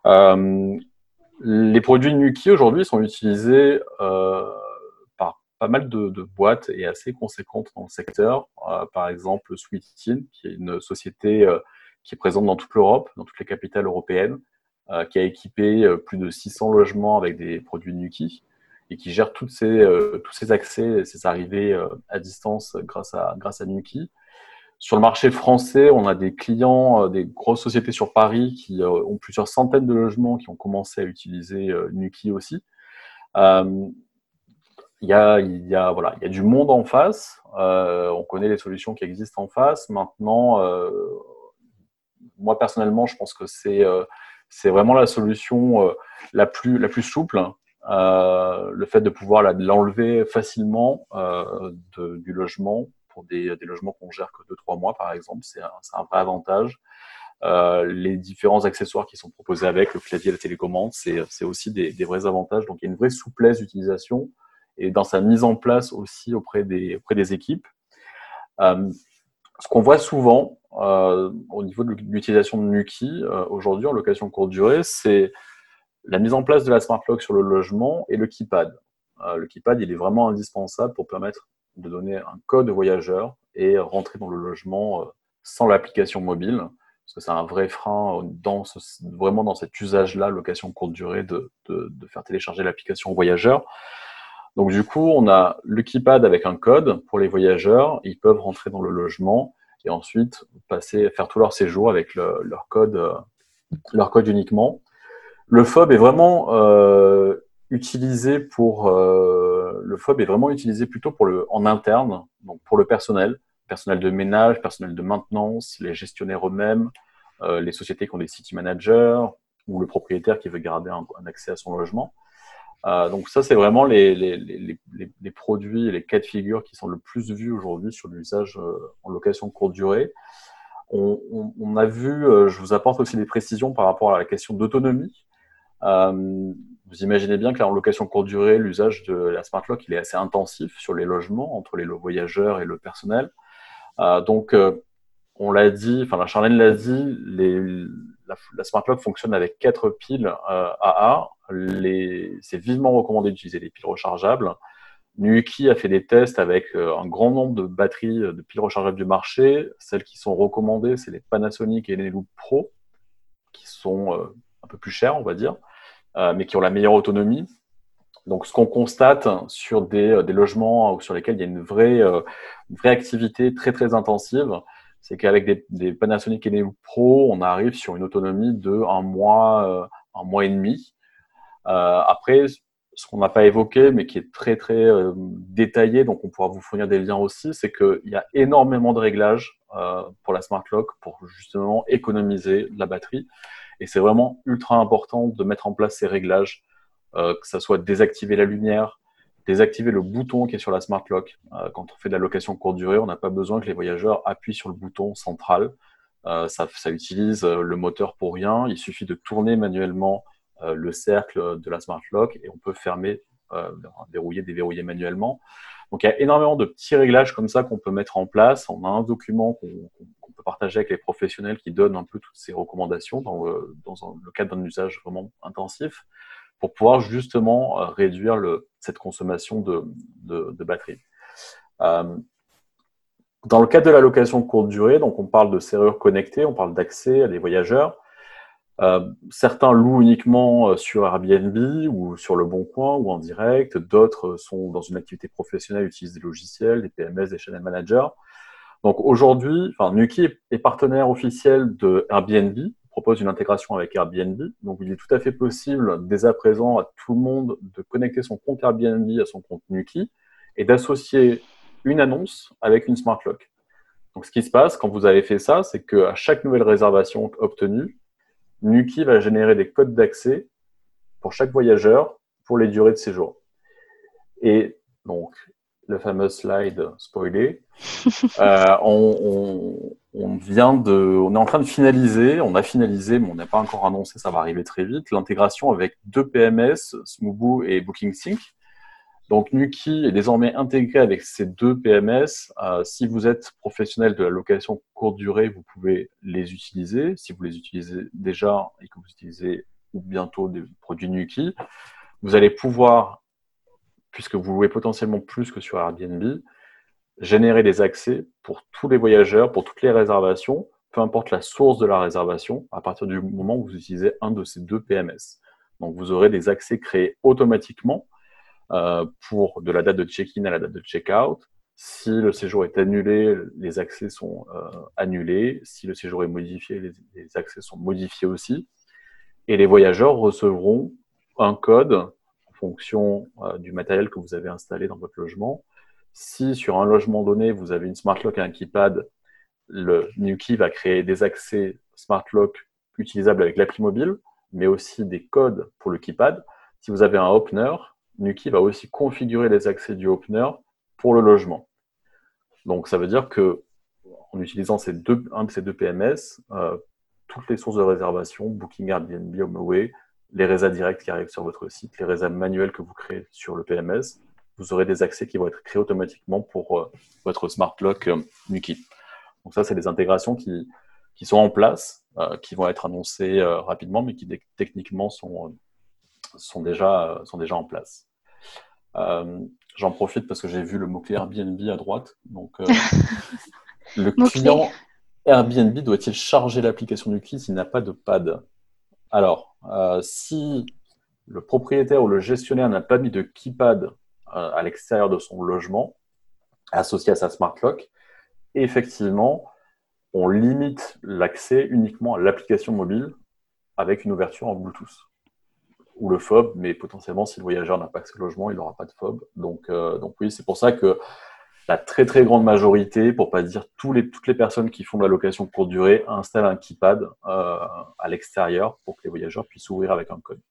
Les produits Nuki aujourd'hui sont utilisés par pas mal de boîtes et assez conséquentes dans le secteur. Par exemple, Sweetin, qui est une société qui est présente dans toute l'Europe, dans toutes les capitales européennes, qui a équipé plus de 600 logements avec des produits Nuki et qui gère tous ces accès, ces arrivées à distance grâce à Nuki. Sur le marché français, on a des clients, des grosses sociétés sur Paris qui ont plusieurs centaines de logements qui ont commencé à utiliser Nuki aussi. Il y a du monde en face. On connaît les solutions qui existent en face. Maintenant, moi personnellement, je pense que c'est vraiment la solution la plus souple. Le fait de pouvoir l'enlever facilement du logement pour des logements qu'on gère que 2-3 mois, par exemple, c'est un vrai avantage. Les différents accessoires qui sont proposés avec, le clavier, la télécommande, c'est aussi des vrais avantages. Donc, il y a une vraie souplesse d'utilisation et dans sa mise en place aussi auprès des équipes. Ce qu'on voit souvent au niveau de l'utilisation de Nuki aujourd'hui en location courte durée, c'est la mise en place de la Smart Lock sur le logement et le keypad. Le keypad, il est vraiment indispensable pour permettre de donner un code voyageur et rentrer dans le logement sans l'application mobile, parce que c'est un vrai frein vraiment dans cet usage-là, location courte durée, de faire télécharger l'application voyageur. Donc du coup, on a le keypad avec un code pour les voyageurs. Ils peuvent rentrer dans le logement et ensuite faire tout leur séjour avec leur code uniquement. Le fob est vraiment utilisé plutôt en interne, donc pour le personnel de ménage, personnel de maintenance, les gestionnaires eux-mêmes, les sociétés qui ont des city managers ou le propriétaire qui veut garder un accès à son logement. Donc ça, c'est vraiment les produits et les cas de figure qui sont le plus vus aujourd'hui sur l'usage en location courte durée. On a vu, je vous apporte aussi des précisions par rapport à la question d'autonomie. Vous imaginez bien que là, en location courte durée, l'usage de la Smart Lock, il est assez intensif sur les logements, entre les voyageurs et le personnel. Donc, on l'a dit, enfin la Charlène l'a dit, la Smart Lock fonctionne avec 4 piles AA. C'est vivement recommandé d'utiliser les piles rechargeables. Nuki a fait des tests avec un grand nombre de batteries de piles rechargeables du marché. Celles qui sont recommandées, c'est les Panasonic et les Eneloop Pro, qui sont un peu plus chères, on va dire, mais qui ont la meilleure autonomie. Donc, ce qu'on constate sur des logements sur lesquels il y a une vraie activité très, très intensive, c'est qu'avec des Panasonic et des Pro, on arrive sur une autonomie de un mois et demi. Après, ce qu'on n'a pas évoqué, mais qui est très, très détaillé, donc on pourra vous fournir des liens aussi, c'est qu'il y a énormément de réglages pour la Smart Lock pour justement économiser la batterie. Et c'est vraiment ultra important de mettre en place ces réglages, que ça soit désactiver la lumière, désactiver le bouton qui est sur la Smart Lock. Quand on fait de la location courte durée, on n'a pas besoin que les voyageurs appuient sur le bouton central. Ça utilise le moteur pour rien. Il suffit de tourner manuellement le cercle de la Smart Lock et on peut fermer verrouiller, déverrouiller manuellement. Donc, il y a énormément de petits réglages comme ça qu'on peut mettre en place. On a un document qu'on peut partager avec les professionnels qui donne un peu toutes ces recommandations dans le cadre d'un usage vraiment intensif pour pouvoir justement réduire cette consommation de batterie. Dans le cadre de la location courte durée, donc on parle de serrures connectées, on parle d'accès à des voyageurs. Certains louent uniquement sur Airbnb ou sur Le Bon Coin ou en direct. D'autres sont dans une activité professionnelle, utilisent des logiciels, des PMS, des channel managers. Donc aujourd'hui, Nuki est partenaire officiel de Airbnb, propose une intégration avec Airbnb. Donc il est tout à fait possible dès à présent à tout le monde de connecter son compte Airbnb à son compte Nuki et d'associer une annonce avec une smart lock. Donc ce qui se passe quand vous avez fait ça, c'est qu'à chaque nouvelle réservation obtenue, Nuki va générer des codes d'accès pour chaque voyageur pour les durées de séjour. Et donc, le fameux slide spoilé, on est en train de finaliser, on a finalisé, mais on n'a pas encore annoncé, ça va arriver très vite, l'intégration avec 2 PMS, Smoobu et BookingSync. Donc, Nuki est désormais intégré avec ces 2 PMS. Si vous êtes professionnel de la location courte durée, vous pouvez les utiliser. Si vous les utilisez déjà et que vous utilisez ou bientôt des produits Nuki, vous allez pouvoir, puisque vous louez potentiellement plus que sur Airbnb, générer des accès pour tous les voyageurs, pour toutes les réservations, peu importe la source de la réservation, à partir du moment où vous utilisez un de ces 2 PMS. Donc, vous aurez des accès créés automatiquement pour de la date de check-in à la date de check-out. Si le séjour est annulé, les accès sont annulés. Si le séjour est modifié, les accès sont modifiés aussi. Et les voyageurs recevront un code en fonction du matériel que vous avez installé dans votre logement. Si sur un logement donné, vous avez une smart lock et un keypad, le Nuki va créer des accès smart lock utilisables avec l'appli mobile, mais aussi des codes pour le keypad. Si vous avez un opener, Nuki va aussi configurer les accès du opener pour le logement. Donc, ça veut dire que en utilisant un de ces 2 PMS, toutes les sources de réservation, Booking, Airbnb, HomeAway, les résas directs qui arrivent sur votre site, les résas manuels que vous créez sur le PMS, vous aurez des accès qui vont être créés automatiquement pour votre smart lock Nuki. Donc ça, c'est des intégrations qui sont en place, qui vont être annoncées rapidement, mais qui techniquement sont déjà en place. J'en profite parce que j'ai vu le mot-clé Airbnb à droite. Donc, le client Airbnb doit-il charger l'application Nuki s'il n'a pas de pad? Alors, si le propriétaire ou le gestionnaire n'a pas mis de keypad à l'extérieur de son logement, associé à sa smart lock, effectivement, on limite l'accès uniquement à l'application mobile avec une ouverture en Bluetooth. Ou le fob, mais potentiellement, si le voyageur n'a pas accès au logement, il n'aura pas de fob. Donc oui, c'est pour ça que la très très grande majorité, pour pas dire toutes les personnes qui font de la location courte durée, installent un keypad à l'extérieur pour que les voyageurs puissent ouvrir avec un code.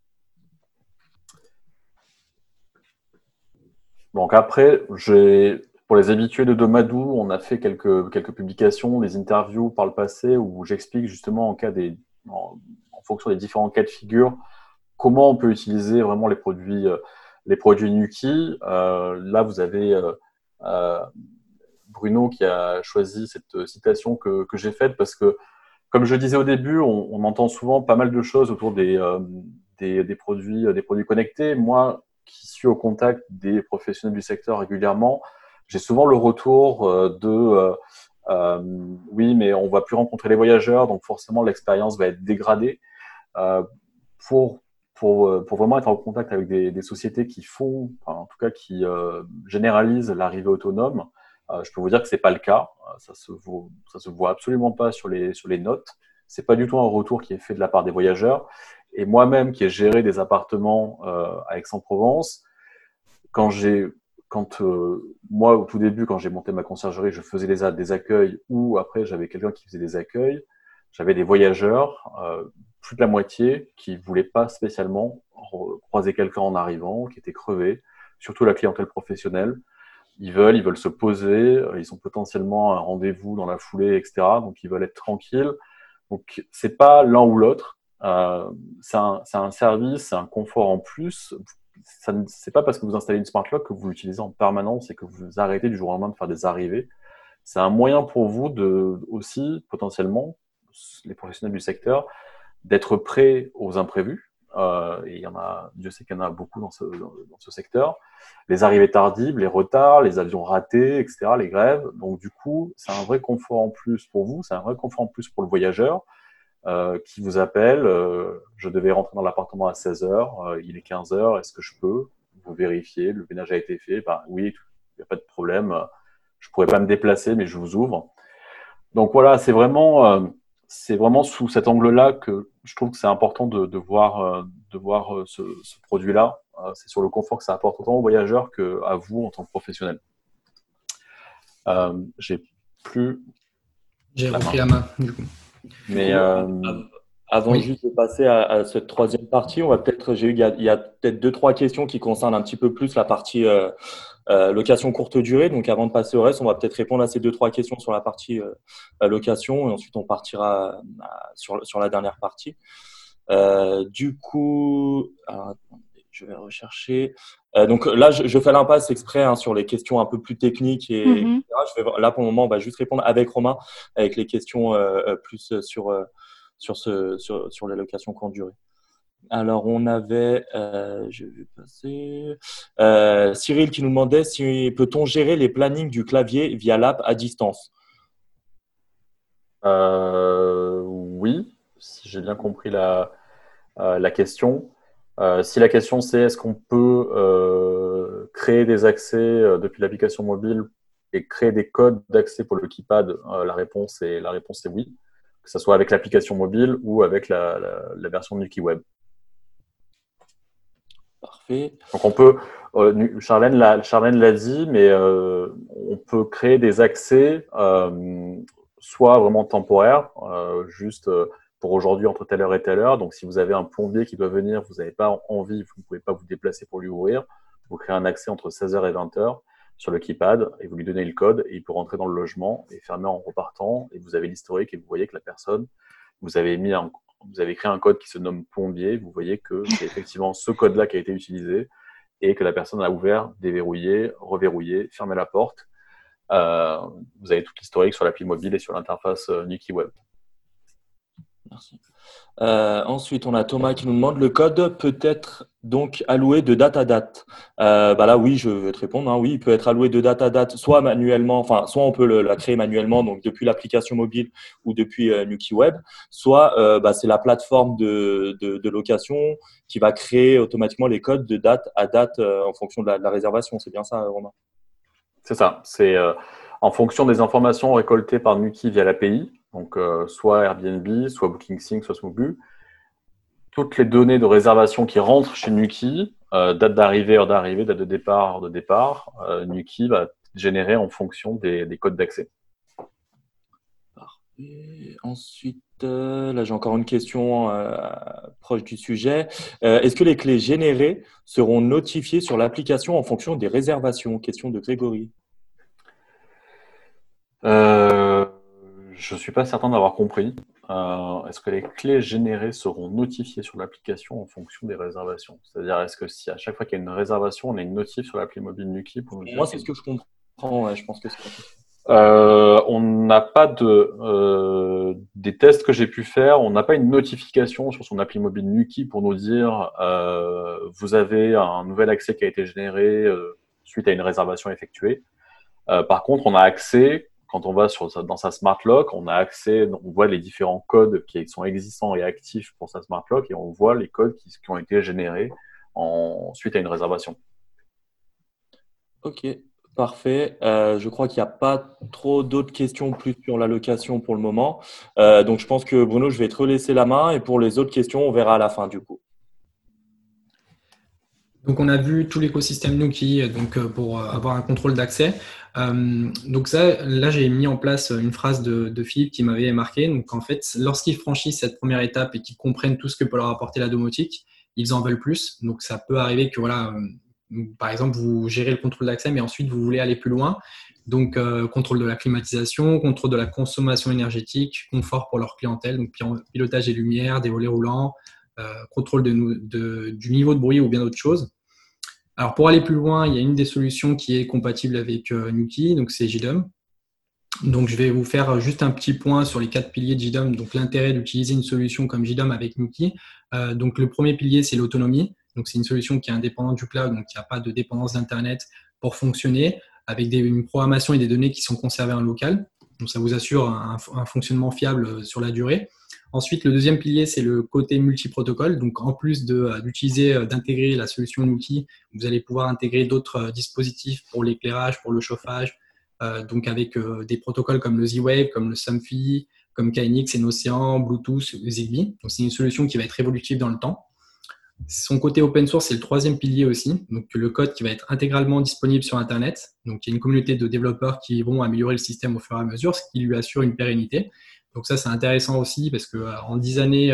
Donc après, pour les habitués de Domadou, on a fait quelques publications, des interviews par le passé où j'explique justement en fonction des différents cas de figure, comment on peut utiliser vraiment les produits Nuki. Là, vous avez Bruno qui a choisi cette citation que j'ai faite parce que, comme je disais au début, on entend souvent pas mal de choses autour des produits connectés. Moi, qui suis au contact des professionnels du secteur régulièrement, j'ai souvent le retour oui, mais on ne va plus rencontrer les voyageurs, donc forcément l'expérience va être dégradée. Pour vraiment être en contact avec des sociétés qui font, en tout cas qui généralisent l'arrivée autonome, je peux vous dire que c'est pas le cas. Ça se voit absolument pas sur les notes. C'est pas du tout un retour qui est fait de la part des voyageurs. Et moi-même, qui ai géré des appartements à Aix-en-Provence, moi, au tout début, quand j'ai monté ma conciergerie, je faisais des accueils ou après, j'avais quelqu'un qui faisait des accueils. J'avais des voyageurs, plus de la moitié, qui ne voulaient pas spécialement croiser quelqu'un en arrivant, qui étaient crevés, surtout la clientèle professionnelle. Ils veulent se poser, ils ont potentiellement un rendez-vous dans la foulée, etc. Donc, ils veulent être tranquilles. Donc, c'est pas l'un ou l'autre. C'est un service, c'est un confort en plus. c'est pas parce que vous installez une smart lock que vous l'utilisez en permanence et que vous arrêtez du jour au lendemain de faire des arrivées. C'est un moyen pour vous de aussi potentiellement, les professionnels du secteur, d'être prêts aux imprévus. Et il y en a, Dieu sait qu'il y en a beaucoup dans ce secteur. Les arrivées tardives, les retards, les avions ratés, etc., les grèves. Donc du coup, c'est un vrai confort en plus pour vous, c'est un vrai confort en plus pour le voyageur qui vous appelle. Je devais rentrer dans l'appartement à 16h, il est 15h, est-ce que je peux? Vous vérifiez, le ménage a été fait. Ben, oui, il n'y a pas de problème. Je ne pourrais pas me déplacer, mais je vous ouvre. Donc voilà, c'est vraiment sous cet angle-là que je trouve que c'est important de voir ce produit-là. C'est sur le confort que ça apporte autant aux voyageurs qu'à vous en tant que professionnel. J'ai plus. J'ai repris la main, du coup. Mais Avant Oui. juste de passer à cette troisième partie, on va peut-être, il y a peut-être 2-3 questions qui concernent un petit peu plus la partie location courte durée. Donc avant de passer au reste, on va peut-être répondre à ces 2-3 questions sur la partie location et ensuite on partira sur la dernière partie. Du coup, alors, attendez, je vais rechercher. Donc là, je fais l'impasse exprès sur les questions un peu plus techniques etc. Là, pour le moment, on va juste répondre avec Romain avec les questions plus sur la location courte durée. Alors, on avait, je vais passer, Cyril qui nous demandait si peut-on gérer les plannings du clavier via l'app à distance. oui, si j'ai bien compris la question. Si la question c'est est-ce qu'on peut créer des accès depuis l'application mobile et créer des codes d'accès pour le keypad, la réponse est oui, que ce soit avec l'application mobile ou avec la version de Nuki Web. Parfait. Donc on peut, Charlène l'a dit, mais on peut créer des accès soit vraiment temporaires, juste pour aujourd'hui entre telle heure et telle heure. Donc si vous avez un plombier qui doit venir, vous n'avez pas envie, vous ne pouvez pas vous déplacer pour lui ouvrir, vous créez un accès entre 16h et 20h sur le keypad et vous lui donnez le code et il peut rentrer dans le logement et fermer en repartant et vous avez l'historique et vous voyez que la personne, vous avez créé un code qui se nomme plombier, vous voyez que c'est effectivement ce code-là qui a été utilisé et que la personne a ouvert, déverrouillé, reverrouillé, fermé la porte. Vous avez tout l'historique sur l'appli mobile et sur l'interface Nuki Web. Merci. Ensuite, on a Thomas qui nous demande le code peut être donc alloué de date à date. Là, oui, je vais te répondre. Oui, il peut être alloué de date à date, soit manuellement, soit on peut la créer manuellement, donc depuis l'application mobile ou depuis Nuki Web, soit c'est la plateforme de location qui va créer automatiquement les codes de date à date en fonction de la réservation. C'est bien ça, Romain? C'est ça. C'est en fonction des informations récoltées par Nuki via l'API, donc soit Airbnb, soit BookingSync, soit Smoobu. Toutes les données de réservation qui rentrent chez Nuki, date d'arrivée, heure d'arrivée, date de départ, heure de départ, Nuki va générer en fonction des codes d'accès. Parfait. Ensuite, là j'ai encore une question proche du sujet. Est-ce que les clés générées seront notifiées sur l'application en fonction des réservations? Question de Grégory. Je ne suis pas certain d'avoir compris. Est-ce que les clés générées seront notifiées sur l'application en fonction des réservations? C'est-à-dire, est-ce que si à chaque fois qu'il y a une réservation, on a une notif sur l'appli mobile Nuki pour nous dire... Moi, c'est ce que je comprends. Ouais, je pense que c'est ça. On n'a pas des tests que j'ai pu faire, on n'a pas une notification sur son appli mobile Nuki pour nous dire vous avez un nouvel accès qui a été généré suite à une réservation effectuée. Par contre, on a accès, quand on va dans sa Smart Lock, on a accès, on voit les différents codes qui sont existants et actifs pour sa Smart Lock et on voit les codes qui ont été générés suite à une réservation. Ok, parfait. Je crois qu'il n'y a pas trop d'autres questions plus sur la location pour le moment. Donc, je pense que Bruno, je vais te relaisser la main et pour les autres questions, on verra à la fin du coup. Donc, on a vu tout l'écosystème Nuki pour avoir un contrôle d'accès. Donc là, j'ai mis en place une phrase de Philippe qui m'avait marqué. Donc, en fait, lorsqu'ils franchissent cette première étape et qu'ils comprennent tout ce que peut leur apporter la domotique, ils en veulent plus. Donc, ça peut arriver que, par exemple, vous gérez le contrôle d'accès, mais ensuite, vous voulez aller plus loin. Donc, contrôle de la climatisation, contrôle de la consommation énergétique, confort pour leur clientèle, donc pilotage des lumières, des volets roulants, contrôle du niveau de bruit ou bien d'autres choses. Alors pour aller plus loin, il y a une des solutions qui est compatible avec Nuki, donc c'est JDOM. Donc je vais vous faire juste un petit point sur les 4 piliers de JDOM, donc l'intérêt d'utiliser une solution comme JDOM avec Nuki. Donc le premier pilier, c'est l'autonomie. Donc c'est une solution qui est indépendante du cloud, donc il n'y a pas de dépendance d'Internet pour fonctionner, avec une programmation et des données qui sont conservées en local. Donc ça vous assure un fonctionnement fiable sur la durée. Ensuite, le deuxième pilier, c'est le côté multi-protocole. Donc, en plus d'intégrer la solution Nuki, vous allez pouvoir intégrer d'autres dispositifs pour l'éclairage, pour le chauffage, donc avec des protocoles comme le Z-Wave, comme le SUMFI, comme KNX, Enocean, Bluetooth, Zigbee. Donc, c'est une solution qui va être évolutive dans le temps. Son côté open source, c'est le troisième pilier aussi. Donc, le code qui va être intégralement disponible sur Internet. Donc, il y a une communauté de développeurs qui vont améliorer le système au fur et à mesure, ce qui lui assure une pérennité. Donc, ça, c'est intéressant aussi parce qu'en 10 années,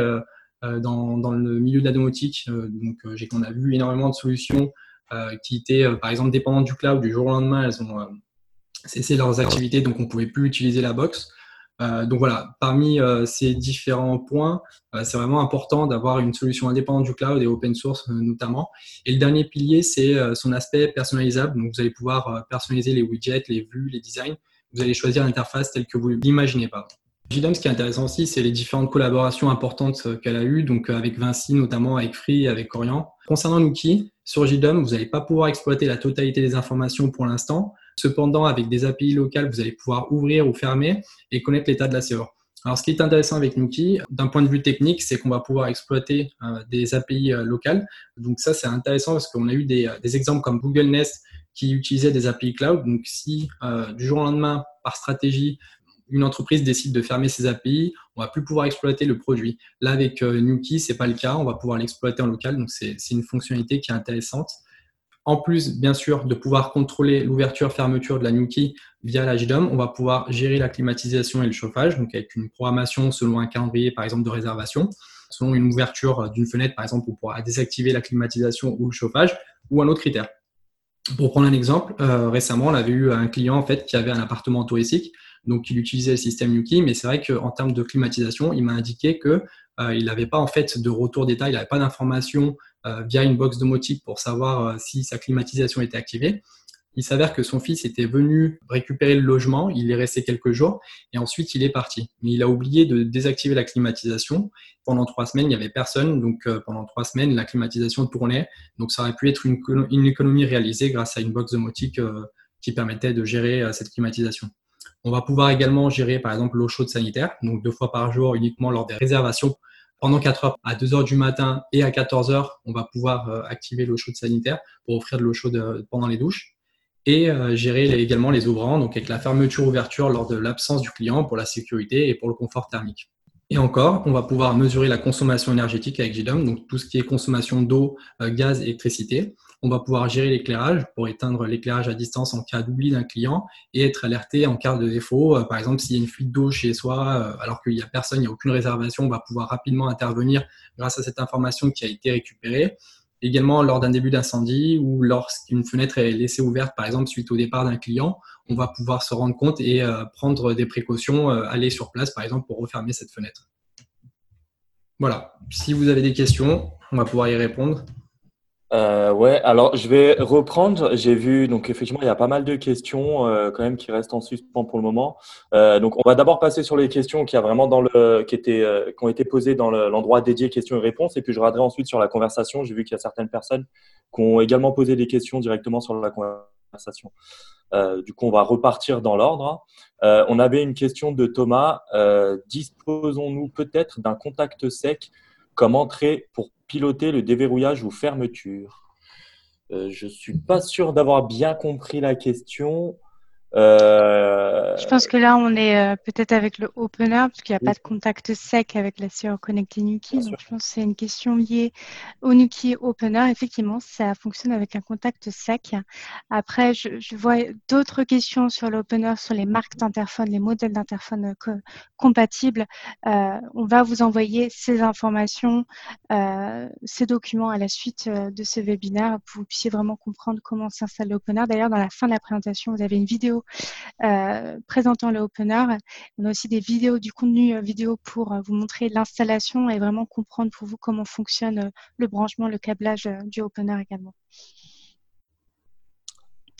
dans le milieu de la domotique, on a vu énormément de solutions qui étaient, par exemple, dépendantes du cloud. Du jour au lendemain, elles ont cessé leurs activités, donc on ne pouvait plus utiliser la box. Donc voilà, parmi ces différents points, c'est vraiment important d'avoir une solution indépendante du cloud et open source notamment. Et le dernier pilier, c'est son aspect personnalisable. Donc vous allez pouvoir personnaliser les widgets, les vues, les designs. Vous allez choisir l'interface telle que vous ne l'imaginez pas. JDOM, ce qui est intéressant aussi, c'est les différentes collaborations importantes qu'elle a eues, donc avec Vinci, notamment avec Free et avec Corian. Concernant Nuki, sur JDOM, vous n'allez pas pouvoir exploiter la totalité des informations pour l'instant. Cependant, avec des API locales, vous allez pouvoir ouvrir ou fermer et connaître l'état de la serveur. Alors, ce qui est intéressant avec Nuki, d'un point de vue technique, c'est qu'on va pouvoir exploiter des API locales. Donc ça, c'est intéressant parce qu'on a eu des exemples comme Google Nest qui utilisait des API cloud. Donc si du jour au lendemain, par stratégie, une entreprise décide de fermer ses API, on va plus pouvoir exploiter le produit. Là, avec Nuki, c'est pas le cas. On va pouvoir l'exploiter en local. Donc c'est une fonctionnalité qui est intéressante. En plus, bien sûr, de pouvoir contrôler l'ouverture-fermeture de la Nuki via la JDOM, on va pouvoir gérer la climatisation et le chauffage, donc avec une programmation selon un calendrier, par exemple, de réservation. Selon une ouverture d'une fenêtre, par exemple, on pourra désactiver la climatisation ou le chauffage, ou un autre critère. Pour prendre un exemple, récemment, on avait eu un client en fait qui avait un appartement touristique, donc il utilisait le système Nuki, mais c'est vrai qu'en termes de climatisation, il m'a indiqué que il n'avait pas en fait de retour d'état, il n'avait pas d'information via une box domotique pour savoir si sa climatisation était activée. Il s'avère que son fils était venu récupérer le logement, il est resté quelques jours et ensuite il est parti. Mais il a oublié de désactiver la climatisation. Pendant 3 semaines, il n'y avait personne, donc pendant 3 semaines, la climatisation tournait. Donc ça aurait pu être une économie réalisée grâce à une box domotique qui permettait de gérer cette climatisation. On va pouvoir également gérer par exemple l'eau chaude sanitaire, donc 2 fois par jour uniquement lors des réservations. Pendant 4 heures, à 2 heures du matin et à 14 heures, on va pouvoir activer l'eau chaude sanitaire pour offrir de l'eau chaude pendant les douches. Et gérer également les ouvrants, donc avec la fermeture-ouverture lors de l'absence du client pour la sécurité et pour le confort thermique. Et encore, on va pouvoir mesurer la consommation énergétique avec JDOM, donc tout ce qui est consommation d'eau, gaz, électricité. On va pouvoir gérer l'éclairage pour éteindre l'éclairage à distance en cas d'oubli d'un client et être alerté en cas de défaut. Par exemple, s'il y a une fuite d'eau chez soi, alors qu'il n'y a personne, il n'y a aucune réservation, on va pouvoir rapidement intervenir grâce à cette information qui a été récupérée. Également, lors d'un début d'incendie ou lorsqu'une fenêtre est laissée ouverte, par exemple, suite au départ d'un client, on va pouvoir se rendre compte et prendre des précautions, aller sur place, par exemple, pour refermer cette fenêtre. Voilà. Si vous avez des questions, on va pouvoir y répondre. Ouais, alors je vais reprendre. J'ai vu, donc effectivement, il y a pas mal de questions quand même qui restent en suspens pour le moment. Donc, on va d'abord passer sur les questions qui ont été posées dans l'endroit dédié questions et réponses, et puis je regarderai ensuite sur la conversation. J'ai vu qu'il y a certaines personnes qui ont également posé des questions directement sur la conversation. Du coup, on va repartir dans l'ordre. On avait une question de Thomas. Disposons-nous peut-être d'un contact sec comme entrée pour piloter le déverrouillage ou fermeture? Je ne suis pas sûr d'avoir bien compris la question. Je pense que là, on est peut-être avec le opener, parce qu'il n'y a Oui. pas de contact sec avec la serrure connectée Nuki. Bien Donc, sûr. je pense que c'est une question liée au Nuki opener. Effectivement, ça fonctionne avec un contact sec. Après, je vois d'autres questions sur l'opener, sur les marques d'interphones, les modèles d'interphones compatibles. On va vous envoyer ces informations, ces documents à la suite de ce webinaire pour que vous puissiez vraiment comprendre comment s'installe l'opener. D'ailleurs, dans la fin de la présentation, vous avez une vidéo présentant le opener. On a aussi des vidéos, du contenu vidéo pour vous montrer l'installation et vraiment comprendre pour vous comment fonctionne le branchement, le câblage du opener également.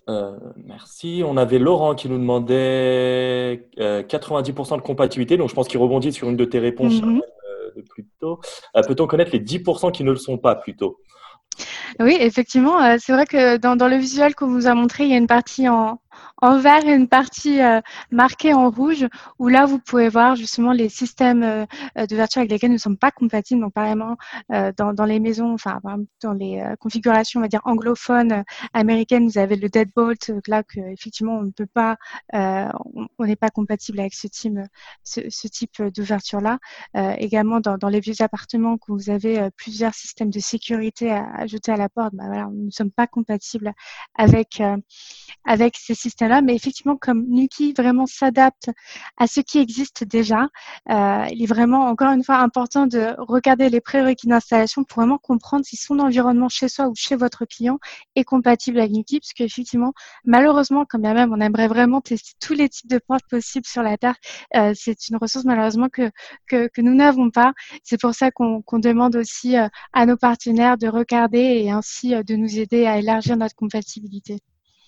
Merci. On avait Laurent qui nous demandait 90% de compatibilité. Donc, je pense qu'il rebondit sur une de tes réponses, Mhm. Charles, de plus tôt. Peut-on connaître les 10% qui ne le sont pas plutôt? Oui, effectivement, c'est vrai que dans le visuel qu'on vous a montré, il y a une partie en vert et une partie marquée en rouge, où là, vous pouvez voir justement les systèmes d'ouverture avec lesquels nous ne sommes pas compatibles. Donc, apparemment, dans les maisons, enfin, par exemple, dans les configurations, on va dire, anglophones américaines, vous avez le deadbolt, là, que, effectivement, on ne peut pas, on n'est pas compatible avec ce type d'ouverture-là. Également, dans les vieux appartements, quand vous avez plusieurs systèmes de sécurité à ajouter à la porte, bah voilà, nous ne sommes pas compatibles avec, avec ces systèmes-là. Mais effectivement, comme Nuki vraiment s'adapte à ce qui existe déjà, il est vraiment, encore une fois, important de regarder les prérequis d'installation pour vraiment comprendre si son environnement chez soi ou chez votre client est compatible avec Nuki, parce qu'effectivement, malheureusement, quand bien même on aimerait vraiment tester tous les types de portes possibles sur la Terre, c'est une ressource malheureusement que nous n'avons pas. C'est pour ça qu'on demande aussi à nos partenaires de regarder et ainsi de nous aider à élargir notre compatibilité.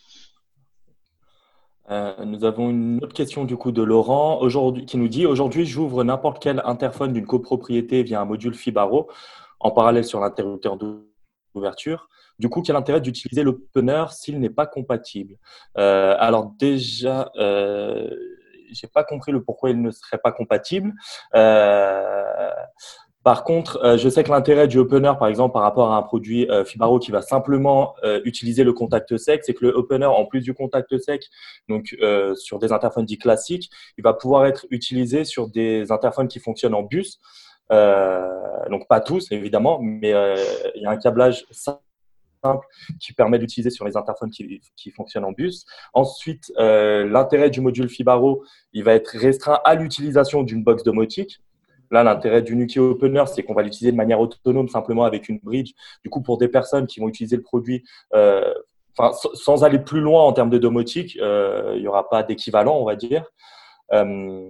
Nous avons une autre question du coup de Laurent qui nous dit aujourd'hui, j'ouvre n'importe quel interphone d'une copropriété via un module Fibaro en parallèle sur l'interrupteur d'ouverture. Du coup, quel intérêt d'utiliser l'opener s'il n'est pas compatible? Alors déjà, j'ai pas compris le pourquoi il ne serait pas compatible. Euh, Par contre, je sais que l'intérêt du opener, par exemple, par rapport à un produit Fibaro qui va simplement utiliser le contact sec, c'est que le opener, en plus du contact sec, donc sur des interphones dits classiques, il va pouvoir être utilisé sur des interphones qui fonctionnent en bus. Donc pas tous, évidemment, mais il y a un câblage simple qui permet d'utiliser sur les interphones qui fonctionnent en bus. Ensuite, l'intérêt du module Fibaro, il va être restreint à l'utilisation d'une box domotique. Là, l'intérêt du Nuki Opener, c'est qu'on va l'utiliser de manière autonome, simplement avec une bridge. Du coup, pour des personnes qui vont utiliser le produit, sans aller plus loin en termes de domotique, il n'y aura pas d'équivalent, on va dire. Euh,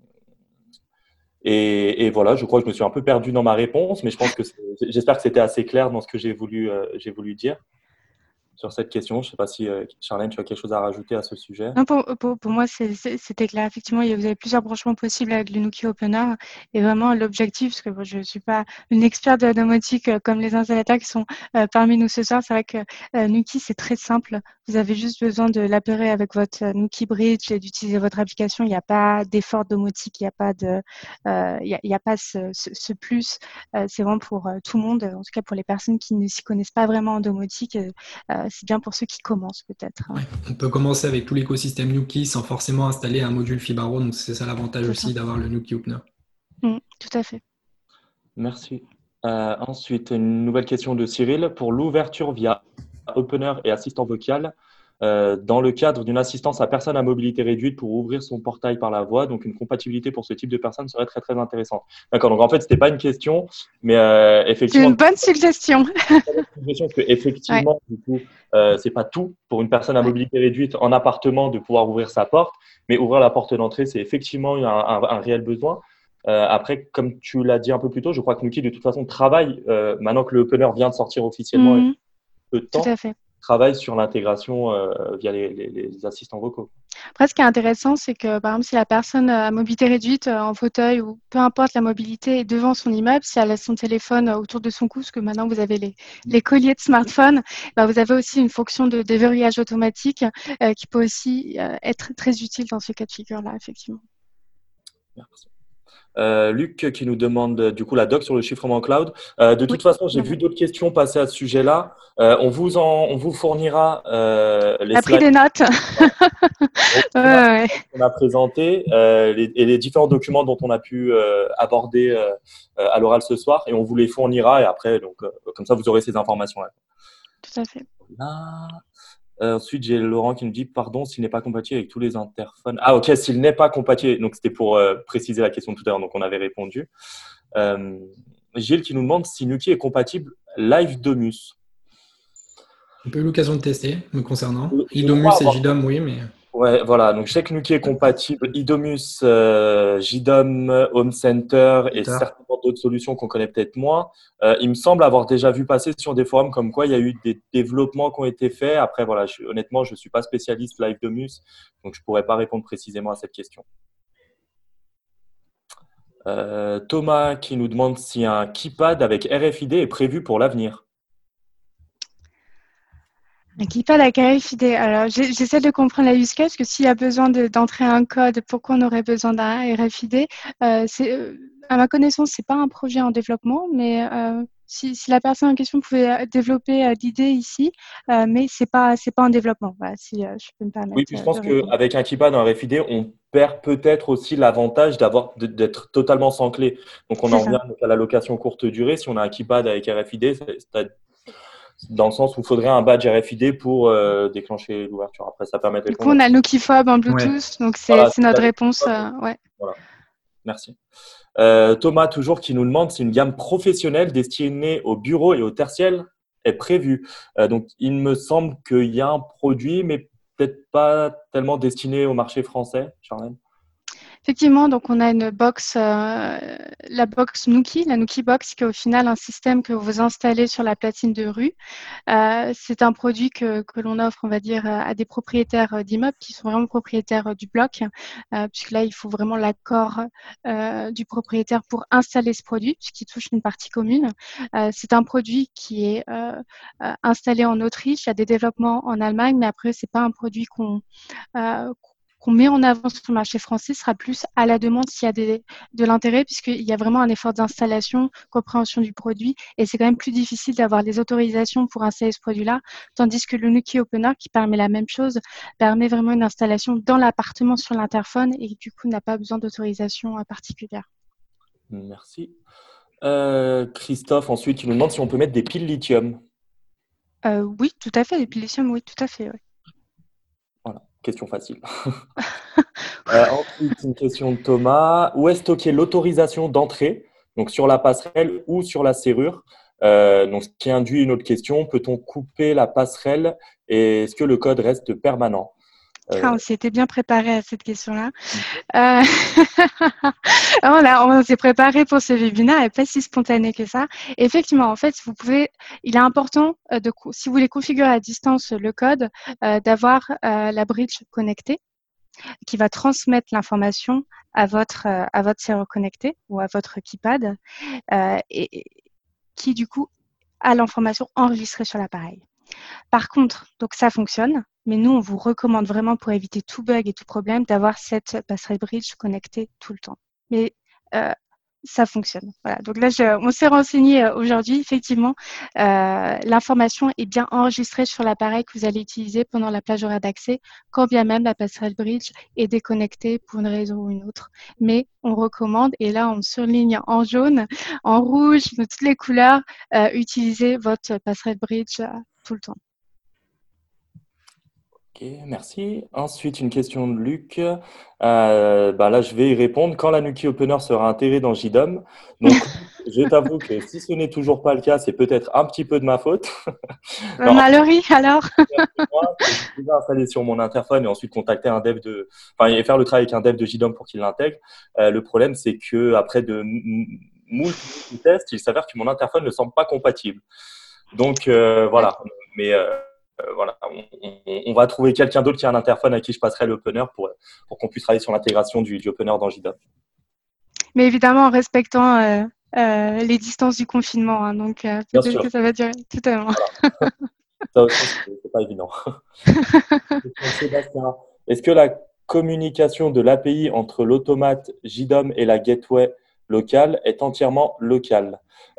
et voilà, je crois que je me suis un peu perdu dans ma réponse, mais j'espère que c'était assez clair dans ce que j'ai voulu dire sur cette question. Je ne sais pas si, Charlène, tu as quelque chose à rajouter à ce sujet. Non, pour moi, c'était clair. Effectivement, vous avez plusieurs branchements possibles avec le Nuki Opener. Et vraiment, l'objectif, parce que bon, je ne suis pas une experte de la domotique comme les installateurs qui sont parmi nous ce soir, c'est vrai que Nuki, c'est très simple. Vous avez juste besoin de l'appairer avec votre Nuki Bridge et d'utiliser votre application. Il n'y a pas d'effort domotique, il n'y a pas il y a pas ce plus. C'est vraiment pour tout le monde, en tout cas pour les personnes qui ne s'y connaissent pas vraiment en domotique. C'est bien pour ceux qui commencent peut-être. Ouais. On peut commencer avec tout l'écosystème Nuki sans forcément installer un module Fibaro, donc c'est ça l'avantage aussi d'avoir le Nuki Opener. Tout à fait. Merci. Ensuite, une nouvelle question de Cyril. Pour l'ouverture via Opener et assistant vocal, dans le cadre d'une assistance à personne à mobilité réduite pour ouvrir son portail par la voix, donc une compatibilité pour ce type de personne serait très très intéressante. D'accord, donc en fait, ce n'était pas une question, mais C'est effectivement, une bonne suggestion. parce que Ouais, effectivement, du coup, c'est pas tout pour une personne à ouais, mobilité réduite en appartement de pouvoir ouvrir sa porte, mais ouvrir la porte d'entrée, c'est effectivement un réel besoin. Après, comme tu l'as dit un peu plus tôt, je crois que Nuki, de toute façon, travaille, maintenant que le opener vient de sortir officiellement il y a Mhm, peu de tout temps, à fait. travaille sur l'intégration via les assistants vocaux. Après, ce qui est intéressant, c'est que, par exemple, si la personne à mobilité réduite, en fauteuil ou peu importe la mobilité, est devant son immeuble, si elle a son téléphone autour de son cou, parce que maintenant vous avez les colliers de smartphone, bah, vous avez aussi une fonction de déverrouillage automatique qui peut aussi être très utile dans ce cas de figure-là, effectivement. Merci. Luc qui nous demande du coup la doc sur le chiffrement cloud. De Oui, toute façon, j'ai vu voilà. d'autres questions passer à ce sujet-là. On vous fournira les A pris slides des notes. Ouais, ouais. qu'on a présentés et les différents documents dont on a pu aborder à l'oral ce soir et on vous les fournira et après, donc, comme ça, vous aurez ces informations-là. Tout à fait. Là. Ensuite, j'ai Laurent qui nous dit pardon s'il n'est pas compatible avec tous les interphones. Ah, ok, s'il n'est pas compatible. Donc, c'était pour préciser la question tout à l'heure. Donc, on avait répondu. Euh, Gilles qui nous demande si Nuki est compatible Live Domus. J'ai pas eu l'occasion de tester me concernant. Je crois Idomus et avoir, JDOM, oui, mais. Ouais, voilà. Donc, je sais que Nuki est compatible Idomus, JDOM, Home Center et certainement d'autres solutions qu'on connaît peut-être moins. Il me semble avoir déjà vu passer sur des forums comme quoi il y a eu des développements qui ont été faits. Après, voilà, honnêtement, je ne suis pas spécialiste Live Domus, donc je ne pourrais pas répondre précisément à cette question. Thomas qui nous demande si un keypad avec RFID est prévu pour l'avenir. Un keypad avec RFID. Alors, j'essaie de comprendre la use case, que s'il y a besoin d'entrer un code, pourquoi on aurait besoin d'un RFID? À ma connaissance, c'est pas un projet en développement, mais si la personne en question pouvait développer l'idée ici, mais c'est pas en développement. Voilà, si je peux me Oui, permettre puis je de pense répondre. qu'avec un keypad en RFID, on perd peut-être aussi l'avantage d'être totalement sans clé. Donc, on C'est en ça. revient à la location courte durée. Si on a un keypad avec RFID, dans le sens où il faudrait un badge RFID pour déclencher l'ouverture. Après, ça permet de Du coup, répondre. on a le Lookiefob en Ouais. Bluetooth, donc Voilà, c'est notre réponse. Ouais. voilà. Merci. Thomas, toujours, qui nous demande si une gamme professionnelle destinée au bureau et au tertiaire est prévue. Donc, il me semble qu'il y a un produit, mais peut-être pas tellement destiné au marché français, Charlène. Effectivement, donc on a une box, la box Nookie, la Nookie Box, qui est au final un système que vous installez sur la platine de rue. C'est un produit que l'on offre, on va dire, à des propriétaires d'immeubles qui sont vraiment propriétaires du bloc, puisque là, il faut vraiment l'accord du propriétaire pour installer ce produit, puisqu'il touche une partie commune. C'est un produit qui est installé en Autriche, il y a des développements en Allemagne, mais après, c'est pas un produit euh, qu'on met en avant sur le marché français, sera plus à la demande s'il y a de l'intérêt, puisqu'il y a vraiment un effort d'installation, compréhension du produit, et c'est quand même plus difficile d'avoir les autorisations pour installer ce produit-là, tandis que le Nuki Opener, qui permet la même chose, permet vraiment une installation dans l'appartement sur l'interphone et du coup n'a pas besoin d'autorisation particulière. Merci. Christophe, ensuite, qui nous demande si on peut mettre des piles lithium. Oui, tout à fait, les piles lithium, oui, tout à fait. Oui. Voilà, question facile. Ensuite, une question de Thomas. Où est stockée l'autorisation d'entrée, donc sur la passerelle ou sur la serrure? Donc, ce qui induit une autre question, peut-on couper la passerelle et est-ce que le code reste permanent? On s'était bien préparé à cette question-là. Euh... on s'est préparé pour ce webinaire et pas si spontané que ça. Et effectivement, en fait, il est important si vous voulez configurer à distance le code, d'avoir la bridge connectée qui va transmettre l'information à votre serveur connecté ou à votre keypad et qui du coup a l'information enregistrée sur l'appareil. Par contre, donc ça fonctionne, mais nous, on vous recommande vraiment pour éviter tout bug et tout problème d'avoir cette passerelle bridge connectée tout le temps. Mais ça fonctionne. Voilà. Donc là, on s'est renseigné aujourd'hui. Effectivement, l'information est bien enregistrée sur l'appareil que vous allez utiliser pendant la plage horaire d'accès, quand bien même la passerelle bridge est déconnectée pour une raison ou une autre. Mais on recommande, et là, on surligne en jaune, en rouge, de toutes les couleurs, utiliser votre passerelle bridge tout le temps. Ok, merci. Ensuite, une question de Luc. Là, je vais y répondre. Quand la Nuki Opener sera intégrée dans JDOM? Donc, je t'avoue que si ce n'est toujours pas le cas, c'est peut-être un petit peu de ma faute. Non, Mallory, alors moi, que je pouvais installer sur mon interphone et ensuite contacter un dev et faire le travail avec un dev de JDOM pour qu'il l'intègre. Le problème, c'est que après de moult tests, il s'avère que mon interphone ne semble pas compatible. Donc, voilà. Mais voilà, on va trouver quelqu'un d'autre qui a un interphone à qui je passerai l'opener pour qu'on puisse travailler sur l'intégration du opener dans JDOM. Mais évidemment en respectant les distances du confinement. Hein, donc peut-être que ça va durer totalement. Voilà. Ça aussi, c'est pas évident. Sébastien, est-ce que la communication de l'API entre l'automate JDOM et la gateway locale est entièrement locale?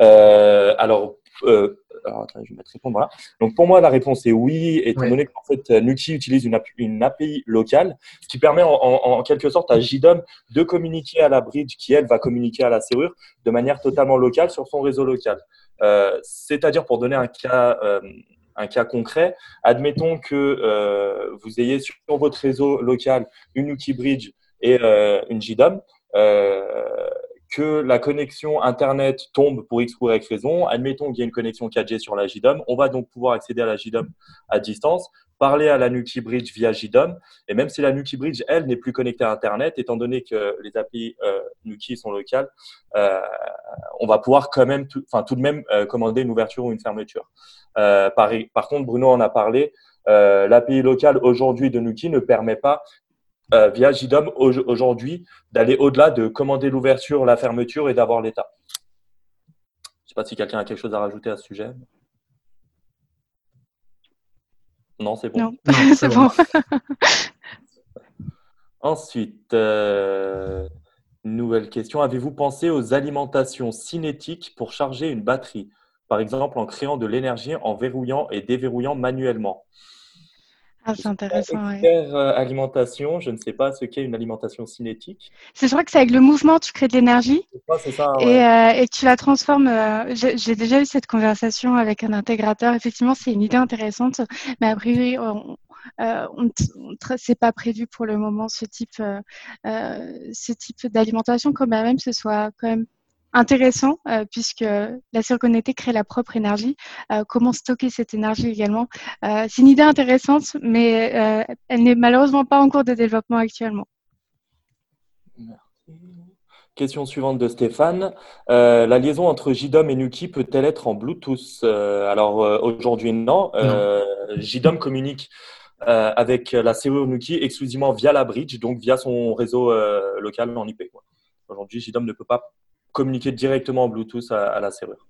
Attends, je vais te répondre. Voilà. Donc, pour moi, la réponse est oui, étant donné qu'en fait, Nuki utilise une API locale, ce qui permet en quelque sorte à JDOM de communiquer à la bridge qui, elle, va communiquer à la serrure de manière totalement locale sur son réseau local. C'est-à-dire, pour donner un cas concret, admettons que vous ayez sur votre réseau local une Nuki Bridge et une JDOM, que la connexion Internet tombe pour X ou Y raison, admettons qu'il y a une connexion 4G sur la JDOM, on va donc pouvoir accéder à la JDOM à distance, parler à la Nuki Bridge via JDOM, et même si la Nuki Bridge, elle, n'est plus connectée à Internet, étant donné que les API Nuki sont locales, on va pouvoir quand même tout de même commander une ouverture ou une fermeture. Par contre, Bruno en a parlé, l'API locale aujourd'hui de Nuki ne permet pas via JDOM aujourd'hui d'aller au-delà de commander l'ouverture, la fermeture et d'avoir l'état. Je ne sais pas si quelqu'un a quelque chose à rajouter à ce sujet. Non, c'est bon. Non, c'est bon. Ensuite, nouvelle question. Avez-vous pensé aux alimentations cinétiques pour charger une batterie? Par exemple, en créant de l'énergie, en verrouillant et déverrouillant manuellement. Ah, c'est intéressant, ouais. Alimentation, je ne sais pas ce qu'est une alimentation cinétique. C'est vrai que c'est avec le mouvement, tu crées de l'énergie C'est ça, et que tu la transformes. J'ai déjà eu cette conversation avec un intégrateur. Effectivement, c'est une idée intéressante, mais a priori, c'est pas prévu pour le moment ce type d'alimentation, quand même ce soit quand même intéressant puisque la cellule connectée crée la propre énergie. Comment stocker cette énergie également? C'est une idée intéressante, mais elle n'est malheureusement pas en cours de développement actuellement. Merci. Question suivante de Stéphane. La liaison entre JDOM et Nuki peut-elle être en Bluetooth? Alors aujourd'hui, non. JDOM communique avec la serrure Nuki exclusivement via la bridge, donc via son réseau local en IP. Aujourd'hui, JDOM ne peut pas communiquer directement en Bluetooth à la serrure.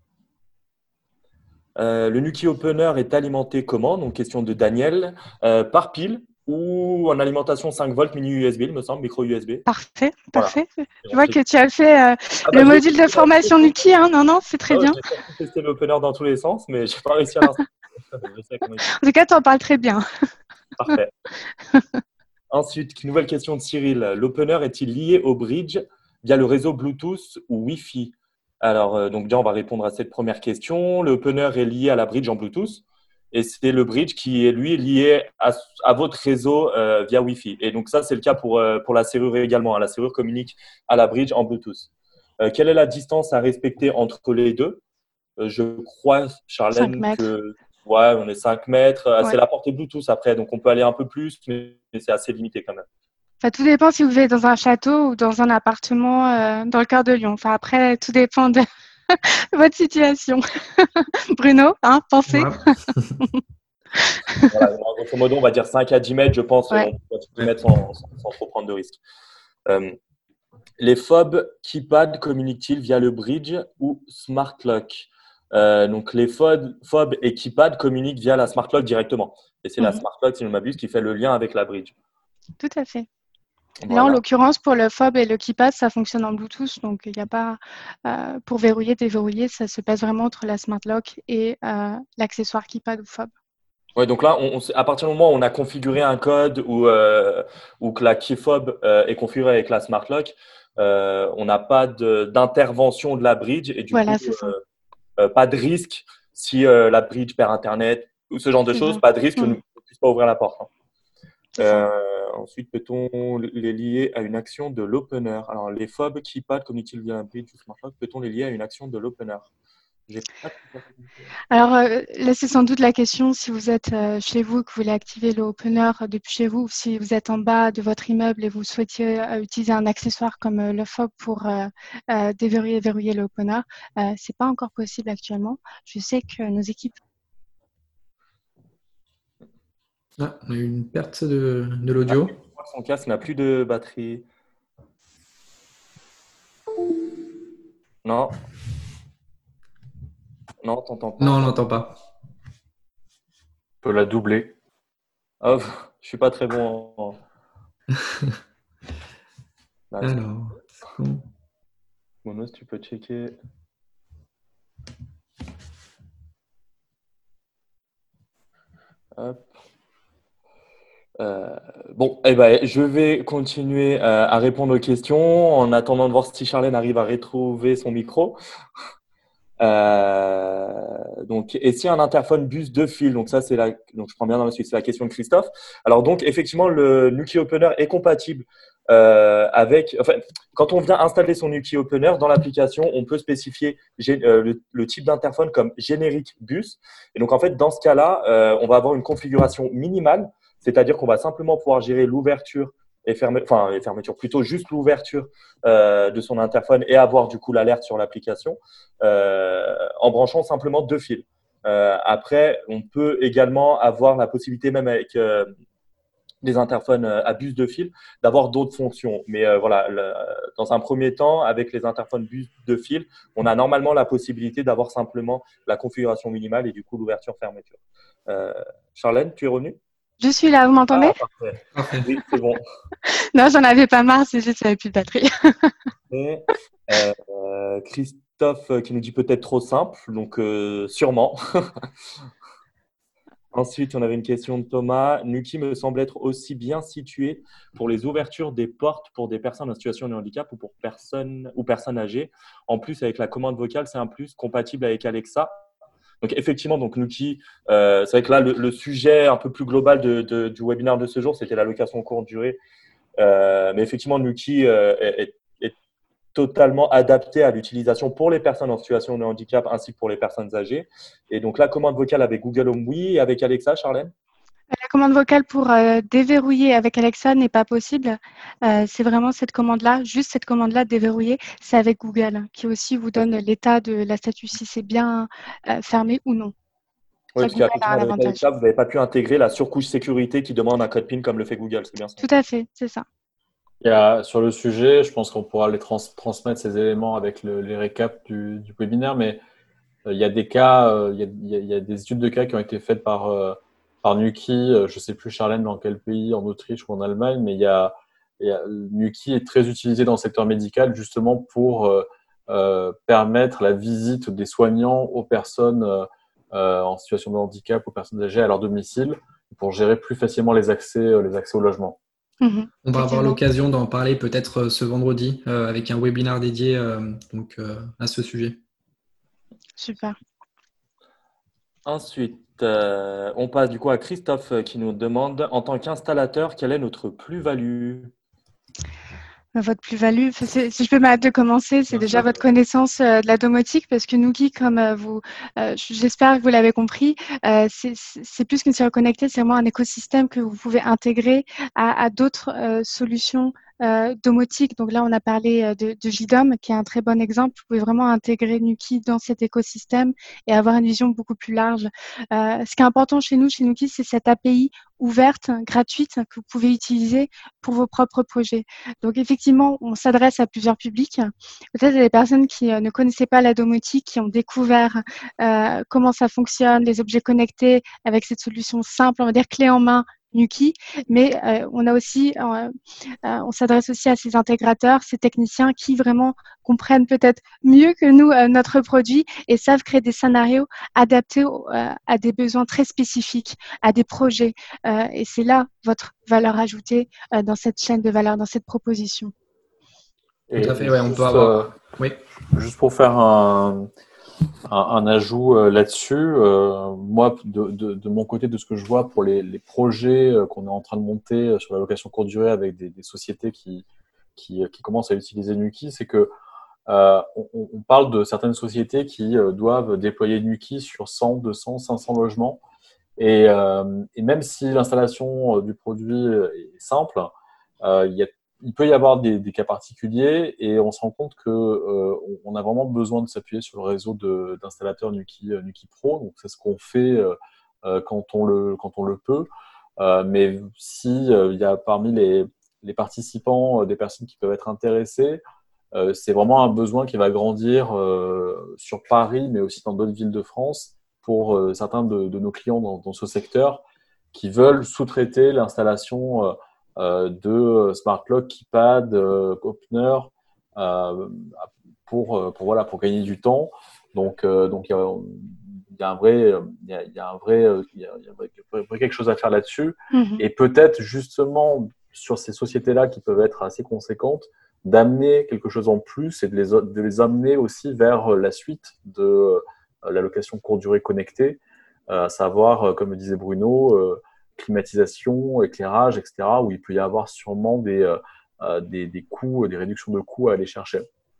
Le Nuki Opener est alimenté comment? Donc, question de Daniel. Par pile ou en alimentation 5 volts mini USB, il me semble, micro USB. Parfait. Voilà. Je vois que tu as fait le module de formation Nuki. Hein. Non, c'est très bien. J'ai testé l'opener dans tous les sens, mais je n'ai pas réussi à l'installer. En tout cas, tu en parles très bien. Parfait. Ensuite, nouvelle question de Cyril. L'opener est-il lié au bridge via le réseau Bluetooth ou Wi-Fi? Alors, donc déjà, on va répondre à cette première question. Le opener est lié à la bridge en Bluetooth et c'est le bridge qui est, lui, lié à votre réseau via Wi-Fi. Et donc, ça, c'est le cas pour la serrure également. La serrure communique à la bridge en Bluetooth. Quelle est la distance à respecter entre les deux? Je crois, Charlène, que on est 5 mètres. Ouais. C'est la portée Bluetooth après, donc on peut aller un peu plus, mais c'est assez limité quand même. Enfin, tout dépend si vous vivez dans un château ou dans un appartement dans le cœur de Lyon. Enfin, après, tout dépend de votre situation. Bruno, pensez. Ouais. Voilà, grosso modo, on va dire 5 à 10 mètres, je pense. Ouais. On peut 10 mètres sans trop prendre de risques. Les FOB keypad communiquent-ils via le bridge ou smart lock? Donc, les FOB et keypad communiquent via la smart lock directement. Et c'est la smart lock, si je ne m'abuse, qui fait le lien avec la bridge. Tout à fait. Voilà. Là, en l'occurrence, pour le FOB et le keypad, ça fonctionne en Bluetooth. Donc, il n'y a pas pour verrouiller, déverrouiller, ça se passe vraiment entre la smart lock et l'accessoire keypad ou FOB. Ouais, donc là, à partir du moment où on a configuré un code ou que la key fob est configurée avec la smart lock, on n'a pas d'intervention de la bridge et du coup, pas de risque si la bridge perd Internet ou ce genre de choses, pas de risque que nous ne puissions pas ouvrir la porte. Ensuite, peut-on les lier à une action de l'opener? Alors, les FOB, keypad, communiquent-ils via la bridge ou smart lock? Peut-on les lier à une action de l'opener? Alors là, c'est sans doute la question si vous êtes chez vous, que vous voulez activer le opener depuis chez vous, ou si vous êtes en bas de votre immeuble et vous souhaitiez utiliser un accessoire comme le FOB pour déverrouiller et verrouiller le opener. C'est pas encore possible actuellement. Je sais que nos équipes... Ah, on a eu une perte de l'audio. Son casque n'a plus de batterie. Non. Non, t'entends pas? Non, on n'entend pas. On peut la doubler. Oh, je suis pas très bon en... Alors, Monos, tu peux checker. Hop. Bon, je vais continuer à répondre aux questions en attendant de voir si Charlène arrive à retrouver son micro. Donc, et si un interphone bus 2 fils, donc ça donc je prends bien dans la suite, c'est la question de Christophe. Alors donc effectivement le Nuki Opener est compatible enfin, quand on vient installer son Nuki Opener dans l'application, on peut spécifier le type d'interphone comme générique bus. Et donc en fait dans ce cas-là, on va avoir une configuration minimale, c'est-à-dire qu'on va simplement pouvoir gérer l'ouverture et fermeture, plutôt juste l'ouverture de son interphone et avoir du coup l'alerte sur l'application en branchant simplement 2 fils. Après, on peut également avoir la possibilité, même avec des interphones à bus de fil, d'avoir d'autres fonctions. Mais voilà, dans un premier temps, avec les interphones bus de fil, on a normalement la possibilité d'avoir simplement la configuration minimale et du coup l'ouverture-fermeture. Charlène, tu es revenue? Je suis là, vous m'entendez? Parfait. Parfait. Oui, c'est bon. Non, j'en avais pas marre, c'est juste qu'il n'y avait plus de batterie. Et, Christophe qui nous dit peut-être trop simple, donc sûrement. Ensuite, on avait une question de Thomas. Nuki me semble être aussi bien situé pour les ouvertures des portes pour des personnes en situation de handicap ou pour personnes âgées. En plus, avec la commande vocale, c'est un plus compatible avec Alexa. Donc effectivement, donc Nuki, c'est vrai que là, le sujet un peu plus global du webinaire de ce jour, c'était la location courte durée. Mais effectivement, Nuki est totalement adapté à l'utilisation pour les personnes en situation de handicap ainsi que pour les personnes âgées. Et donc, la commande vocale avec Google Home, oui, et avec Alexa, Charlène? La commande vocale pour déverrouiller avec Alexa n'est pas possible. C'est vraiment cette commande-là, juste cette commande-là, déverrouiller, c'est avec Google, qui aussi vous donne l'état de la statue, si c'est bien fermé ou non. Oui, Ça, parce Google a qu'effectivement, un avec avantage. Alexa, vous n'avez pas pu intégrer la surcouche sécurité qui demande un code PIN comme le fait Google, c'est bien ça? Tout à fait, c'est ça. Sur le sujet, je pense qu'on pourra les transmettre ces éléments avec les récaps du webinaire, mais il y a des cas, il y a des études de cas qui ont été faites par Nuki. Je ne sais plus, Charlène, dans quel pays, en Autriche ou en Allemagne, mais Nuki est très utilisé dans le secteur médical justement pour permettre la visite des soignants aux personnes en situation de handicap, aux personnes âgées à leur domicile, pour gérer plus facilement les accès au logement. On va avoir l'occasion d'en parler peut-être ce vendredi avec un webinaire dédié à ce sujet. Super. Ensuite, on passe du coup à Christophe qui nous demande, en tant qu'installateur, quelle est notre plus-value? Votre plus-value, si je peux m'arrêter de commencer, c'est déjà votre connaissance de la domotique, parce que Nuki, comme j'espère que vous l'avez compris, c'est plus qu'une série connectée, c'est vraiment un écosystème que vous pouvez intégrer à d'autres solutions domotiques. Donc là, on a parlé de JDOM, qui est un très bon exemple. Vous pouvez vraiment intégrer Nuki dans cet écosystème et avoir une vision beaucoup plus large. Ce qui est important chez Nuki, c'est cette API ouverte, gratuite, que vous pouvez utiliser pour vos propres projets. Donc effectivement, on s'adresse à plusieurs publics. Peut-être des personnes qui ne connaissaient pas la domotique, qui ont découvert comment ça fonctionne, les objets connectés avec cette solution simple, on va dire clé en main, Nuki, mais on s'adresse aussi à ces intégrateurs, ces techniciens qui vraiment comprennent peut-être mieux que nous notre produit et savent créer des scénarios adaptés à des besoins très spécifiques, à des projets. Et c'est là votre valeur ajoutée dans cette chaîne de valeur, dans cette proposition. Tout à fait, ouais, on peut avoir. Oui. Juste pour faire un ajout là-dessus, moi, de mon côté, de ce que je vois pour les projets qu'on est en train de monter sur la location courte durée avec des sociétés qui commencent à utiliser Nuki, c'est que on parle de certaines sociétés qui doivent déployer Nuki sur 100, 200, 500 logements. Et même si l'installation du produit est simple, il peut y avoir des cas particuliers et on se rend compte qu'on a vraiment besoin de s'appuyer sur le réseau d'installateurs Nuki Pro. Donc c'est ce qu'on fait quand on le peut. Mais si il y a parmi les participants des personnes qui peuvent être intéressées, c'est vraiment un besoin qui va grandir sur Paris, mais aussi dans d'autres villes de France, pour certains de nos clients dans ce secteur qui veulent sous-traiter l'installation de smart lock, keypad, opener pour gagner du temps. Donc il y a quelque chose à faire là-dessus. Et peut-être justement sur ces sociétés-là qui peuvent être assez conséquentes, d'amener quelque chose en plus et de les amener aussi vers la suite de la location courte durée connectée, à savoir, comme le disait Bruno, climatisation, éclairage, etc., où il peut y avoir sûrement des coûts, des réductions de coûts à aller chercher.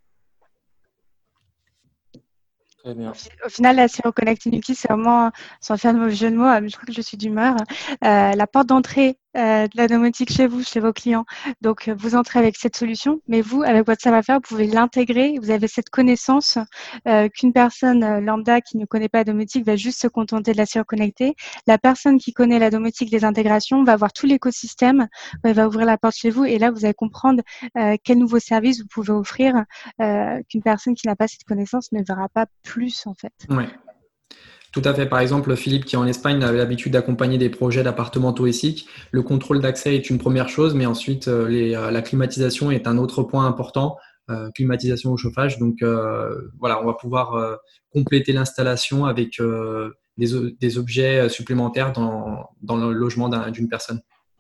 Très bien. Au final, la Zero Connect Nuki, c'est vraiment, sans faire de mauvais jeu de mots, mais je crois que je suis d'humeur, la porte d'entrée de la domotique chez vous, chez vos clients. Donc, vous entrez avec cette solution, mais vous, avec votre savoir-faire, vous pouvez l'intégrer. Vous avez cette connaissance qu'une personne lambda qui ne connaît pas la domotique va juste se contenter de la Zero Connectée. La personne qui connaît la domotique, les intégrations, va voir tout l'écosystème, elle va ouvrir la porte chez vous, et là, vous allez comprendre quels nouveaux services vous pouvez offrir qu'une personne qui n'a pas cette connaissance ne verra pas plus, en fait. Ouais. Tout à fait. Par exemple, Philippe, qui est en Espagne, avait l'habitude d'accompagner des projets d'appartements touristiques. Le contrôle d'accès est une première chose, mais ensuite, la climatisation est un autre point important. Climatisation au chauffage. Donc, voilà, on va pouvoir compléter l'installation avec des objets supplémentaires dans le logement d'une personne.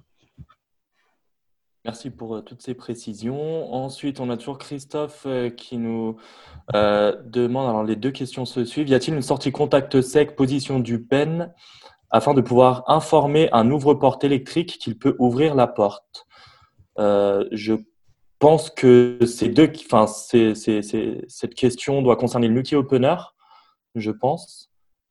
Merci pour toutes ces précisions. Ensuite, on a toujours Christophe qui nous demande, alors les deux questions se suivent. Y a-t-il une sortie contact sec position du pen afin de pouvoir informer un ouvre-porte électrique qu'il peut ouvrir la porte? Je pense que cette question doit concerner le Nuki Opener, je pense.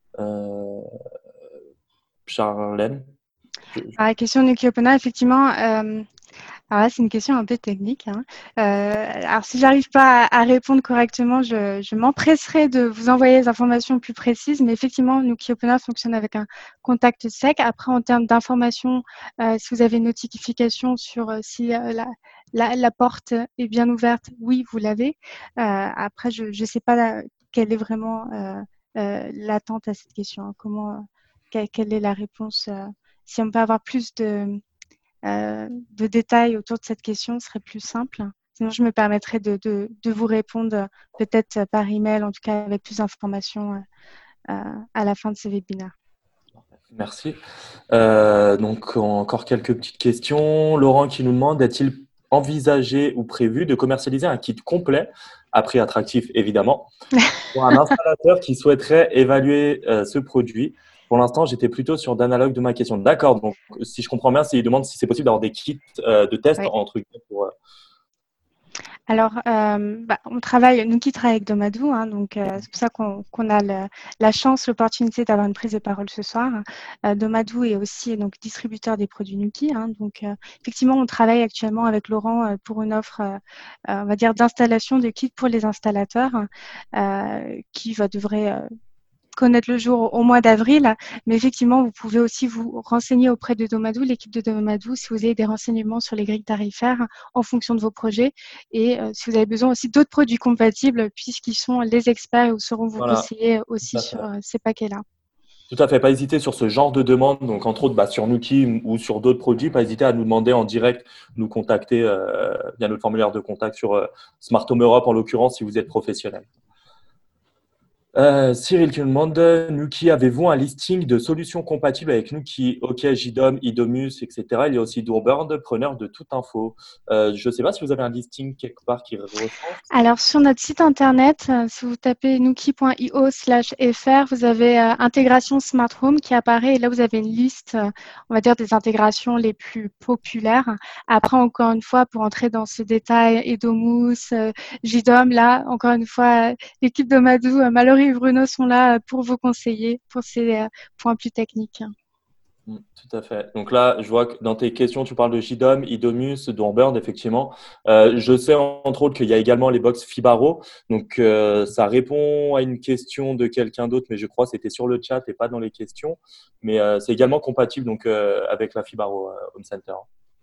Charlène? La question Nuki Opener, effectivement, alors là, c'est une question un peu technique, hein. Alors, si j'arrive pas à répondre correctement, je m'empresserai de vous envoyer les informations plus précises. Mais effectivement, Nuki Opener fonctionne avec un contact sec. Après, en termes d'informations, si vous avez une notification sur si la porte est bien ouverte, oui, vous l'avez. Après, je ne sais pas quelle est vraiment l'attente à cette question, hein. Quelle est la réponse si on peut avoir plus de détails autour de cette question, ce serait plus simple. Sinon, je me permettrai de vous répondre peut-être par email, en tout cas avec plus d'informations à la fin de ce webinaire. Merci. Donc, encore quelques petites questions. Laurent qui nous demande, est-il envisagé ou prévu de commercialiser un kit complet, à prix attractif évidemment, pour un installateur qui souhaiterait évaluer ce produit? Pour l'instant, j'étais plutôt sur d'analogue de ma question. D'accord, donc si je comprends bien, il demande si c'est possible d'avoir des kits de test Oui. entre guillemets pour… Alors, on travaille, nous qui travaillons avec Domadou, hein, donc c'est pour ça qu'on a la chance, l'opportunité d'avoir une prise de parole ce soir. Domadou est aussi donc distributeur des produits Nuki, hein, donc effectivement, on travaille actuellement avec Laurent pour une offre, on va dire, d'installation de kits pour les installateurs, qui devrait connaître le jour au mois d'avril, mais effectivement, vous pouvez aussi vous renseigner auprès de Domadou, l'équipe de Domadou, si vous avez des renseignements sur les grilles tarifaires en fonction de vos projets, et si vous avez besoin aussi d'autres produits compatibles, puisqu'ils sont les experts et sauront vous Voilà, conseiller aussi sur ces paquets-là. tout à fait. Pas hésiter sur ce genre de demande, donc entre autres sur Nuki ou sur d'autres produits, pas hésiter à nous demander en direct, nous contacter via notre formulaire de contact sur Smart Home Europe en l'occurrence si vous êtes professionnel. Cyril qui nous demande, Nuki, avez-vous un listing de solutions compatibles avec Nuki? Ok, JDOM, Idomus, etc. Il y a aussi Doorbird, preneur de toute info. Je ne sais pas si vous avez un listing quelque part qui recense. Alors, sur notre site internet, si vous tapez nuki.io/fr, vous avez intégration Smart Home qui apparaît. Et là, vous avez une liste, on va dire, des intégrations les plus populaires. Après, encore une fois, pour entrer dans ce détail, Edomus, JDOM, là, encore une fois, l'équipe de Madou, Mallory et Bruno sont là pour vous conseiller pour ces points plus techniques. Tout à fait. Donc là, je vois que dans tes questions, tu parles de JDOM, Idomus, Doorbird, effectivement. Je sais entre autres qu'il y a également les box Fibaro. Donc, ça répond à une question de quelqu'un d'autre, mais je crois que c'était sur le chat et pas dans les questions. Mais c'est également compatible donc, avec la Fibaro Home Center.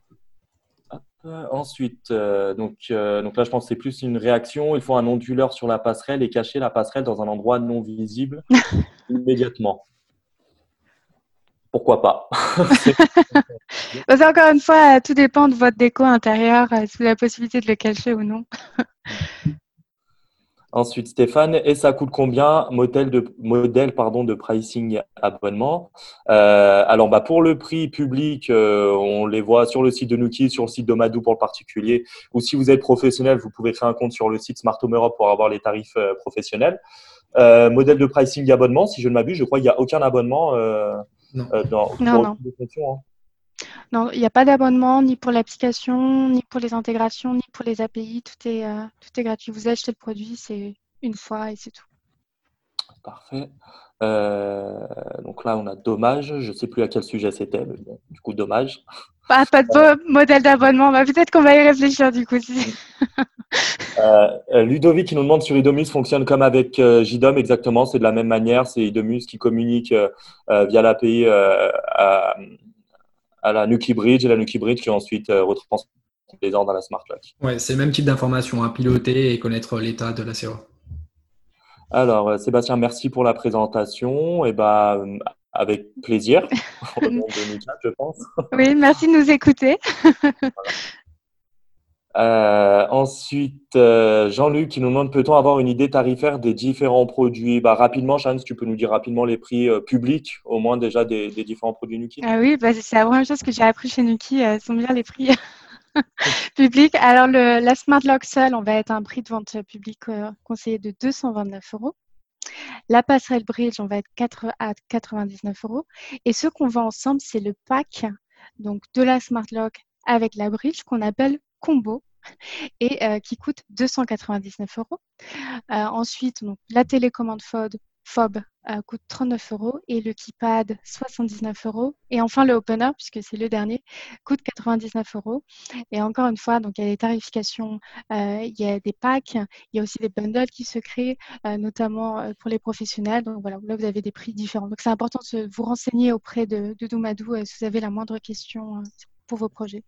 Ensuite, donc là, je pense que c'est plus une réaction. Il faut un onduleur sur la passerelle et cacher la passerelle dans un endroit non visible immédiatement. Pourquoi pas? C'est encore une fois, tout dépend de votre déco intérieure, si vous avez la possibilité de le cacher ou non. Ensuite, Stéphane, et ça coûte combien modèle de pricing abonnement? Alors, pour le prix public, on les voit sur le site de Nuki, sur le site de Madou pour le particulier, ou si vous êtes professionnel, vous pouvez créer un compte sur le site Smart Home Europe pour avoir les tarifs professionnels. Modèle de pricing abonnement, si je ne m'abuse, je crois qu'il n'y a aucun abonnement Non. Non, pour non. des fonctions, hein. Non, il n'y a pas d'abonnement ni pour l'application, ni pour les intégrations, ni pour les API. Tout est gratuit. Vous achetez le produit, c'est une fois et c'est tout. Parfait. Donc là, on a dommage. Je ne sais plus à quel sujet c'était, mais bon, du coup, dommage. Pas de modèle d'abonnement. Peut-être qu'on va y réfléchir du coup. Ludovic qui nous demande sur Idomus fonctionne comme avec JDOM exactement, c'est de la même manière, c'est Idomus qui communique via l'API à la Nuki Bridge et la Nuki Bridge qui ensuite retransmet les ordres à la Smart Lock. Ouais, c'est le même type d'information, hein, piloter et connaître l'état de la serrure. Alors Sébastien, merci pour la présentation et avec plaisir au nom de Nika, je pense. Oui, merci de nous écouter. Ensuite, Jean-Luc qui nous demande peut-on avoir une idée tarifaire des différents produits? Rapidement, Chane, si tu peux nous dire rapidement les prix publics, au moins déjà des différents produits Nuki. Ah oui, c'est la première chose que j'ai appris chez Nuki. Sont bien les prix publics. Alors, la Smart Lock seule, on va être à un prix de vente public conseillé de 229 €. La passerelle Bridge, on va être à 99 €. Et ce qu'on vend ensemble, c'est le pack donc, de la Smart Lock avec la Bridge qu'on appelle combo et qui coûte 299 €. Ensuite, donc, la télécommande FOB coûte 39 € et le keypad 79 €. Et enfin, le opener, puisque c'est le dernier, coûte 99 €. Et encore une fois, donc, il y a des tarifications, il y a des packs, il y a aussi des bundles qui se créent, notamment pour les professionnels. Donc voilà, là, vous avez des prix différents. Donc c'est important de vous renseigner auprès de Doumadou si vous avez la moindre question pour vos projets.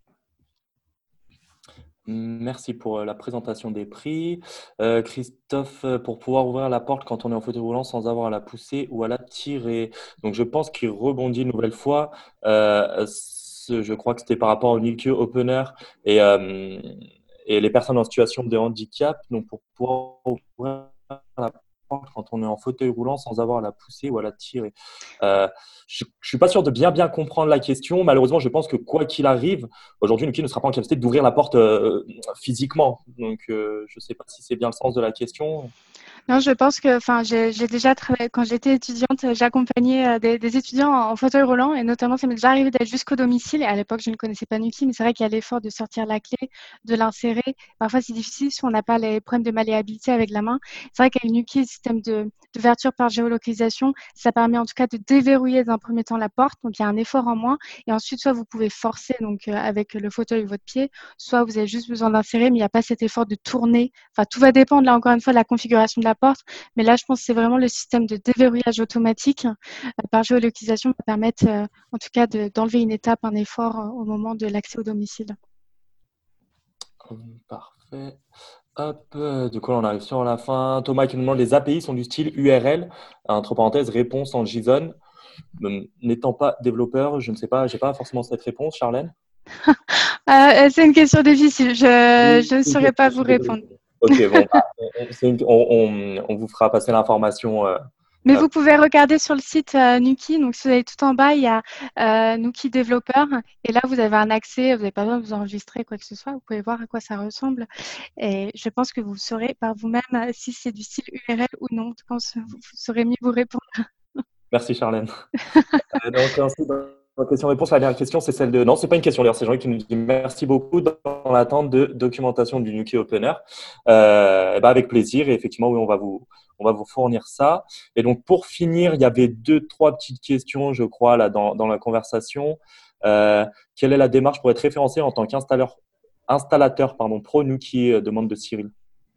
Merci pour la présentation des prix. Christophe, pour pouvoir ouvrir la porte quand on est en fauteuil roulant sans avoir à la pousser ou à la tirer. Donc, je pense qu'il rebondit une nouvelle fois. Je crois que c'était par rapport au Nuki Opener et, euh, et les personnes en situation de handicap. Donc, pour pouvoir ouvrir la porte quand on est en fauteuil roulant sans avoir à la pousser ou à la tirer. Je ne suis pas sûr de bien comprendre la question. Malheureusement, je pense que quoi qu'il arrive, aujourd'hui, Nuki ne sera pas en capacité d'ouvrir la porte physiquement. Donc, je ne sais pas si c'est bien le sens de la question. Non, je pense que, j'ai déjà travaillé quand j'étais étudiante, j'accompagnais des étudiants en fauteuil roulant et notamment, ça m'est déjà arrivé d'aller jusqu'au domicile. Et à l'époque, je ne connaissais pas Nuki, mais c'est vrai qu'il y a l'effort de sortir la clé, de l'insérer. Parfois, c'est difficile si on n'a pas les problèmes de malléabilité avec la main. C'est vrai qu'avec Nuki, le système d'ouverture par géolocalisation, ça permet en tout cas de déverrouiller dans un premier temps la porte. Donc, il y a un effort en moins. Et ensuite, soit vous pouvez forcer donc avec le fauteuil ou votre pied, soit vous avez juste besoin d'insérer, mais il n'y a pas cet effort de tourner. Enfin, tout va dépendre là encore une fois de la configuration de la porte, mais là je pense que c'est vraiment le système de déverrouillage automatique par géolocalisation qui va permettre en tout cas d'enlever une étape, un effort au moment de l'accès au domicile. Parfait. Hop, du coup, on arrive sur la fin. Thomas qui nous demande les API sont du style URL, entre parenthèses, réponse en JSON. N'étant pas développeur, je ne sais pas, j'ai pas forcément cette réponse, Charlène. C'est une question difficile, je ne saurais pas vous répondre. Ok, bon, on vous fera passer l'information. Mais vous pouvez regarder sur le site Nuki. Donc, si vous allez tout en bas, il y a Nuki développeur. Et là, vous avez un accès. Vous n'avez pas besoin de vous enregistrer quoi que ce soit. Vous pouvez voir à quoi ça ressemble. Et je pense que vous saurez par vous-même si c'est du style URL ou non. Je pense que vous saurez mieux vous répondre. Merci, Charlène. Donc, ensuite, la question-réponse, la dernière question, c'est celle de… Non, ce n'est pas une question d'ailleurs, c'est Jean qui nous dit merci beaucoup dans l'attente de documentation du Nuki Opener. Avec plaisir, et effectivement, oui, on va vous fournir ça. Et donc, pour finir, il y avait 2-3 petites questions, je crois, là, dans la conversation. Quelle est la démarche pour être référencé en tant qu'installateur pro Nuki, demande de Cyril.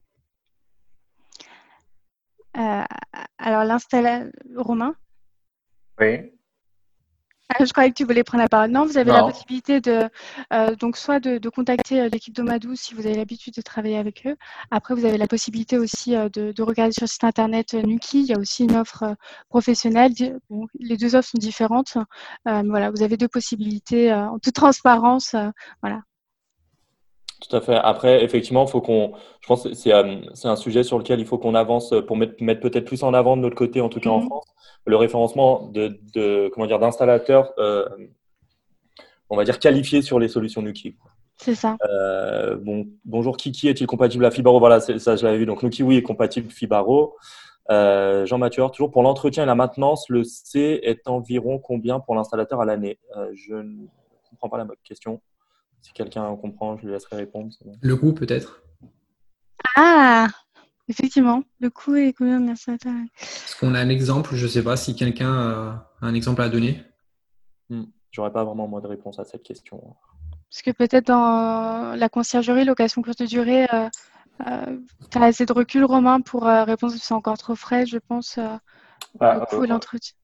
Alors, Romain? Oui. Je croyais que tu voulais prendre la parole. Non, vous avez Non. la possibilité donc soit de contacter l'équipe Doumadou si vous avez l'habitude de travailler avec eux. Après, vous avez la possibilité aussi de regarder sur le site internet Nuki. Il y a aussi une offre professionnelle. Bon, les deux offres sont différentes. Voilà, vous avez deux possibilités en toute transparence. Voilà. Tout à fait. Après, effectivement, je pense que c'est un sujet sur lequel il faut qu'on avance pour mettre peut-être plus en avant de notre côté, en tout cas en Mhm. France, le référencement comment dire, d'installateurs, on va dire qualifiés sur les solutions Nuki. C'est ça. Bonjour Kiki, est-il compatible à Fibaro? Voilà, ça je l'avais vu. Donc Nuki, oui, est compatible Fibaro. Jean-Mathieu, toujours pour l'entretien et la maintenance, le C est environ combien pour l'installateur à l'année? Je ne comprends pas la question. Si quelqu'un comprend, je lui laisserai répondre. Le coût, peut-être. Ah, effectivement, le coût est combien de l'installateur? Est-ce qu'on a un exemple? Je ne sais pas si quelqu'un a un exemple à donner. J'aurais pas vraiment moi de réponse à cette question. Parce que peut-être dans la conciergerie, location courte durée, tu as assez de recul, Romain, pour répondre, c'est encore trop frais, je pense, le Bah, coût et l'entretien.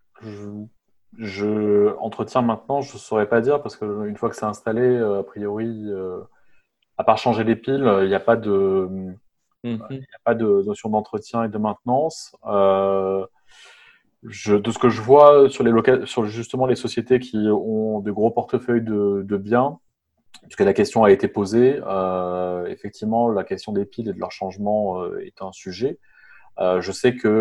entretien maintenant, je ne saurais pas dire parce qu'une fois que c'est installé, a priori, à part changer les piles, il n'y a pas de notion d'entretien et de maintenance. De ce que je vois sur justement les sociétés qui ont de gros portefeuilles de biens, puisque la question a été posée, effectivement, la question des piles et de leur changement est un sujet. Je sais que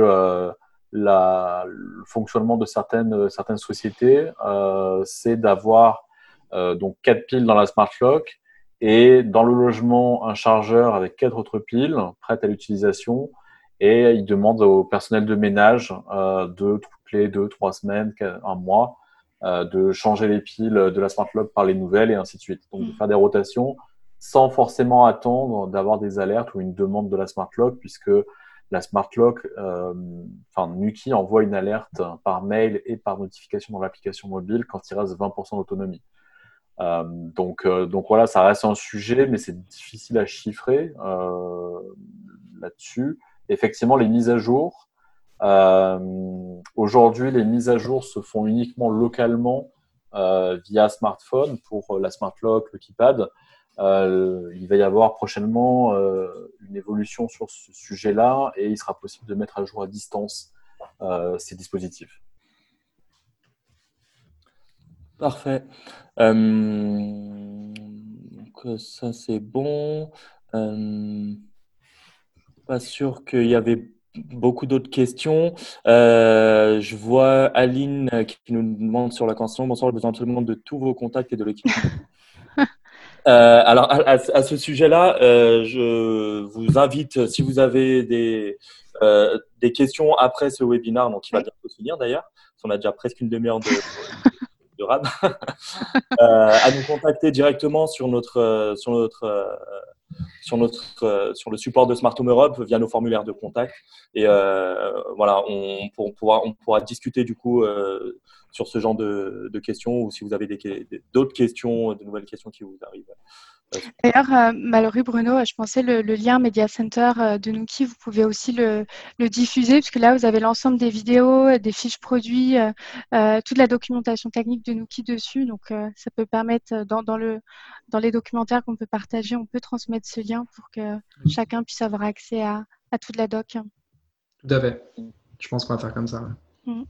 le fonctionnement de certaines sociétés, c'est d'avoir donc 4 piles dans la Smart Lock et dans le logement un chargeur avec 4 autres piles prêtes à l'utilisation. Et ils demandent au personnel de ménage toutes les 2-3 semaines, un mois, de changer les piles de la Smart Lock par les nouvelles et ainsi de suite. Donc de faire des rotations sans forcément attendre d'avoir des alertes ou une demande de la Smart Lock, puisque la Smart Lock, Nuki envoie une alerte par mail et par notification dans l'application mobile quand il reste 20% d'autonomie. Donc voilà, ça reste un sujet, mais c'est difficile à chiffrer là-dessus. Effectivement, les mises à jour. Aujourd'hui, les mises à jour se font uniquement localement via smartphone pour la Smart Lock, le keypad. Il va y avoir prochainement une évolution sur ce sujet-là et il sera possible de mettre à jour à distance ces dispositifs. Parfait. Donc ça c'est bon. Pas sûr qu'il y avait beaucoup d'autres questions. Je vois Aline qui nous demande sur la question. Bonsoir, j'ai besoin absolument de tous vos contacts et de l'équipe. Alors, à ce sujet-là, je vous invite, si vous avez des questions après ce webinaire, donc il va bientôt se finir d'ailleurs, parce qu'on a déjà presque une demi-heure de rab, à nous contacter directement sur le support de Smart Home Europe via nos formulaires de contact. Et voilà, on pourra discuter du coup sur ce genre de questions, ou si vous avez d'autres questions, de nouvelles questions qui vous arrivent. D'ailleurs, Mallory, Bruno, je pensais le lien Media Center de Nuki, vous pouvez aussi le diffuser, puisque là, vous avez l'ensemble des vidéos, des fiches produits, toute la documentation technique de Nuki dessus. Donc, ça peut permettre, dans les documentaires qu'on peut partager, on peut transmettre ce lien pour que chacun puisse avoir accès à toute la doc. Tout à fait. Je pense qu'on va faire comme ça. Ouais.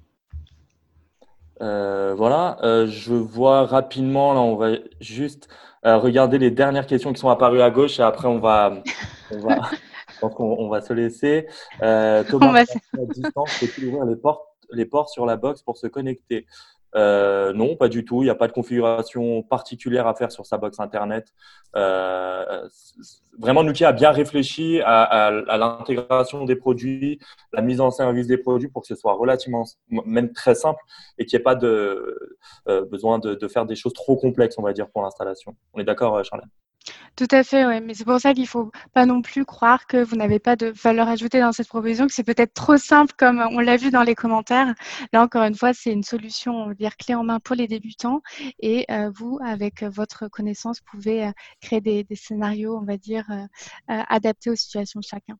Voilà, je vois rapidement, là, on va juste regarder les dernières questions qui sont apparues à gauche et après je pense qu'on va se laisser. Thomas, à distance, faut-il ouvrir les ports sur la box pour se connecter? Non, pas du tout. Il n'y a pas de configuration particulière à faire sur sa box Internet. Vraiment, Nuki a bien réfléchi à l'intégration des produits, la mise en service des produits pour que ce soit relativement, même très simple et qu'il n'y ait pas besoin de faire des choses trop complexes, on va dire, pour l'installation. On est d'accord, Charlène? Tout à fait, oui. Mais c'est pour ça qu'il ne faut pas non plus croire que vous n'avez pas de valeur ajoutée dans cette proposition, que c'est peut-être trop simple comme on l'a vu dans les commentaires. Là, encore une fois, c'est une solution, on va dire, clé en main pour les débutants. Et vous, avec votre connaissance, pouvez créer des scénarios, on va dire, adaptés aux situations de chacun.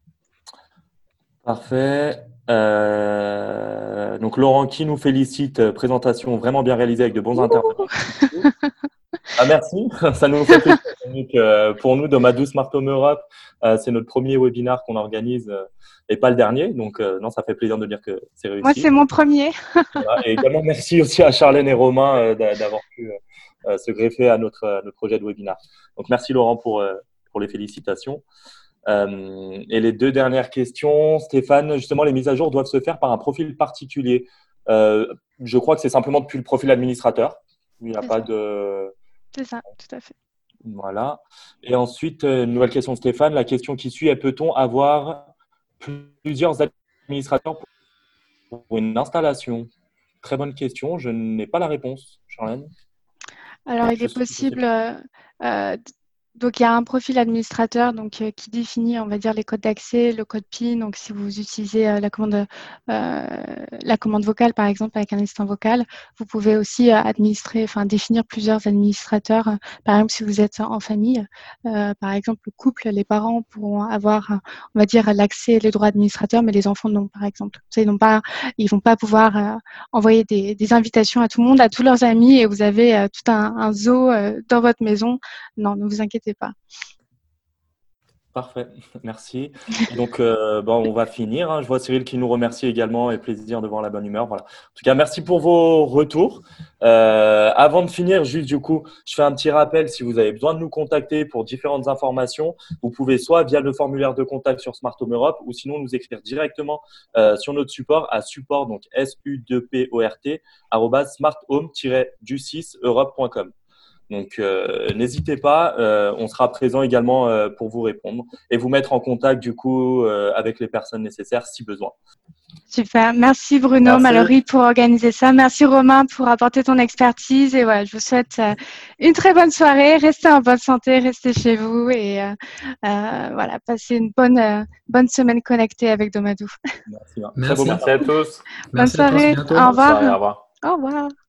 Parfait. Donc, Laurent qui nous félicite, présentation vraiment bien réalisée avec de bons intervenants. Ah, merci, ça nous fait plaisir. Donc, pour nous, Domadou Smart Home Europe, c'est notre premier webinaire qu'on organise et pas le dernier. Donc, non, ça fait plaisir de dire que c'est réussi. Moi, c'est mon premier. Voilà. Et également, merci aussi à Charlène et Romain d'avoir pu se greffer à notre projet de webinaire. Donc, merci Laurent pour les félicitations. Et les deux dernières questions, Stéphane, justement, les mises à jour doivent se faire par un profil particulier. Je crois que c'est simplement depuis le profil administrateur. Il n'y a pas de… C'est ça, tout à fait. Voilà. Et ensuite, une nouvelle question de Stéphane. La question qui suit est: peut-on avoir plusieurs administrateurs pour une installation? Très bonne question. Je n'ai pas la réponse, Charlène. Alors, il est possible. Donc, il y a un profil administrateur qui définit, on va dire, les codes d'accès, le code PIN. Donc, si vous utilisez la commande vocale, par exemple, avec un assistant vocal, vous pouvez aussi définir plusieurs administrateurs. Par exemple, si vous êtes en famille, par exemple, le couple, les parents pourront avoir, on va dire, l'accès, les droits administrateurs, mais les enfants non, par exemple. Ils vont pas pouvoir envoyer des invitations à tout le monde, à tous leurs amis, et vous avez tout un zoo dans votre maison. Non, ne vous inquiétez pas. Parfait, merci. Donc, on va finir, hein. Je vois Cyril qui nous remercie également et plaisir de voir la bonne humeur. Voilà. En tout cas, merci pour vos retours. Avant de finir, juste du coup, je fais un petit rappel. Si vous avez besoin de nous contacter pour différentes informations, vous pouvez soit via le formulaire de contact sur Smart Home Europe ou sinon nous écrire directement sur notre support à support, donc SU2PORT, @smarthome-du6europe.com. Donc, n'hésitez pas, on sera présent également pour vous répondre et vous mettre en contact du coup avec les personnes nécessaires si besoin. Super, merci Bruno Merci. Mallory pour organiser ça. Merci Romain pour apporter ton expertise. Et voilà, je vous souhaite une très bonne soirée. Restez en bonne santé, restez chez vous et voilà, passez une bonne semaine connectée avec Domadou. Merci. Merci. Merci à tous. Bonne soirée. À bientôt. Au revoir. Bonne soirée, au revoir. Au revoir.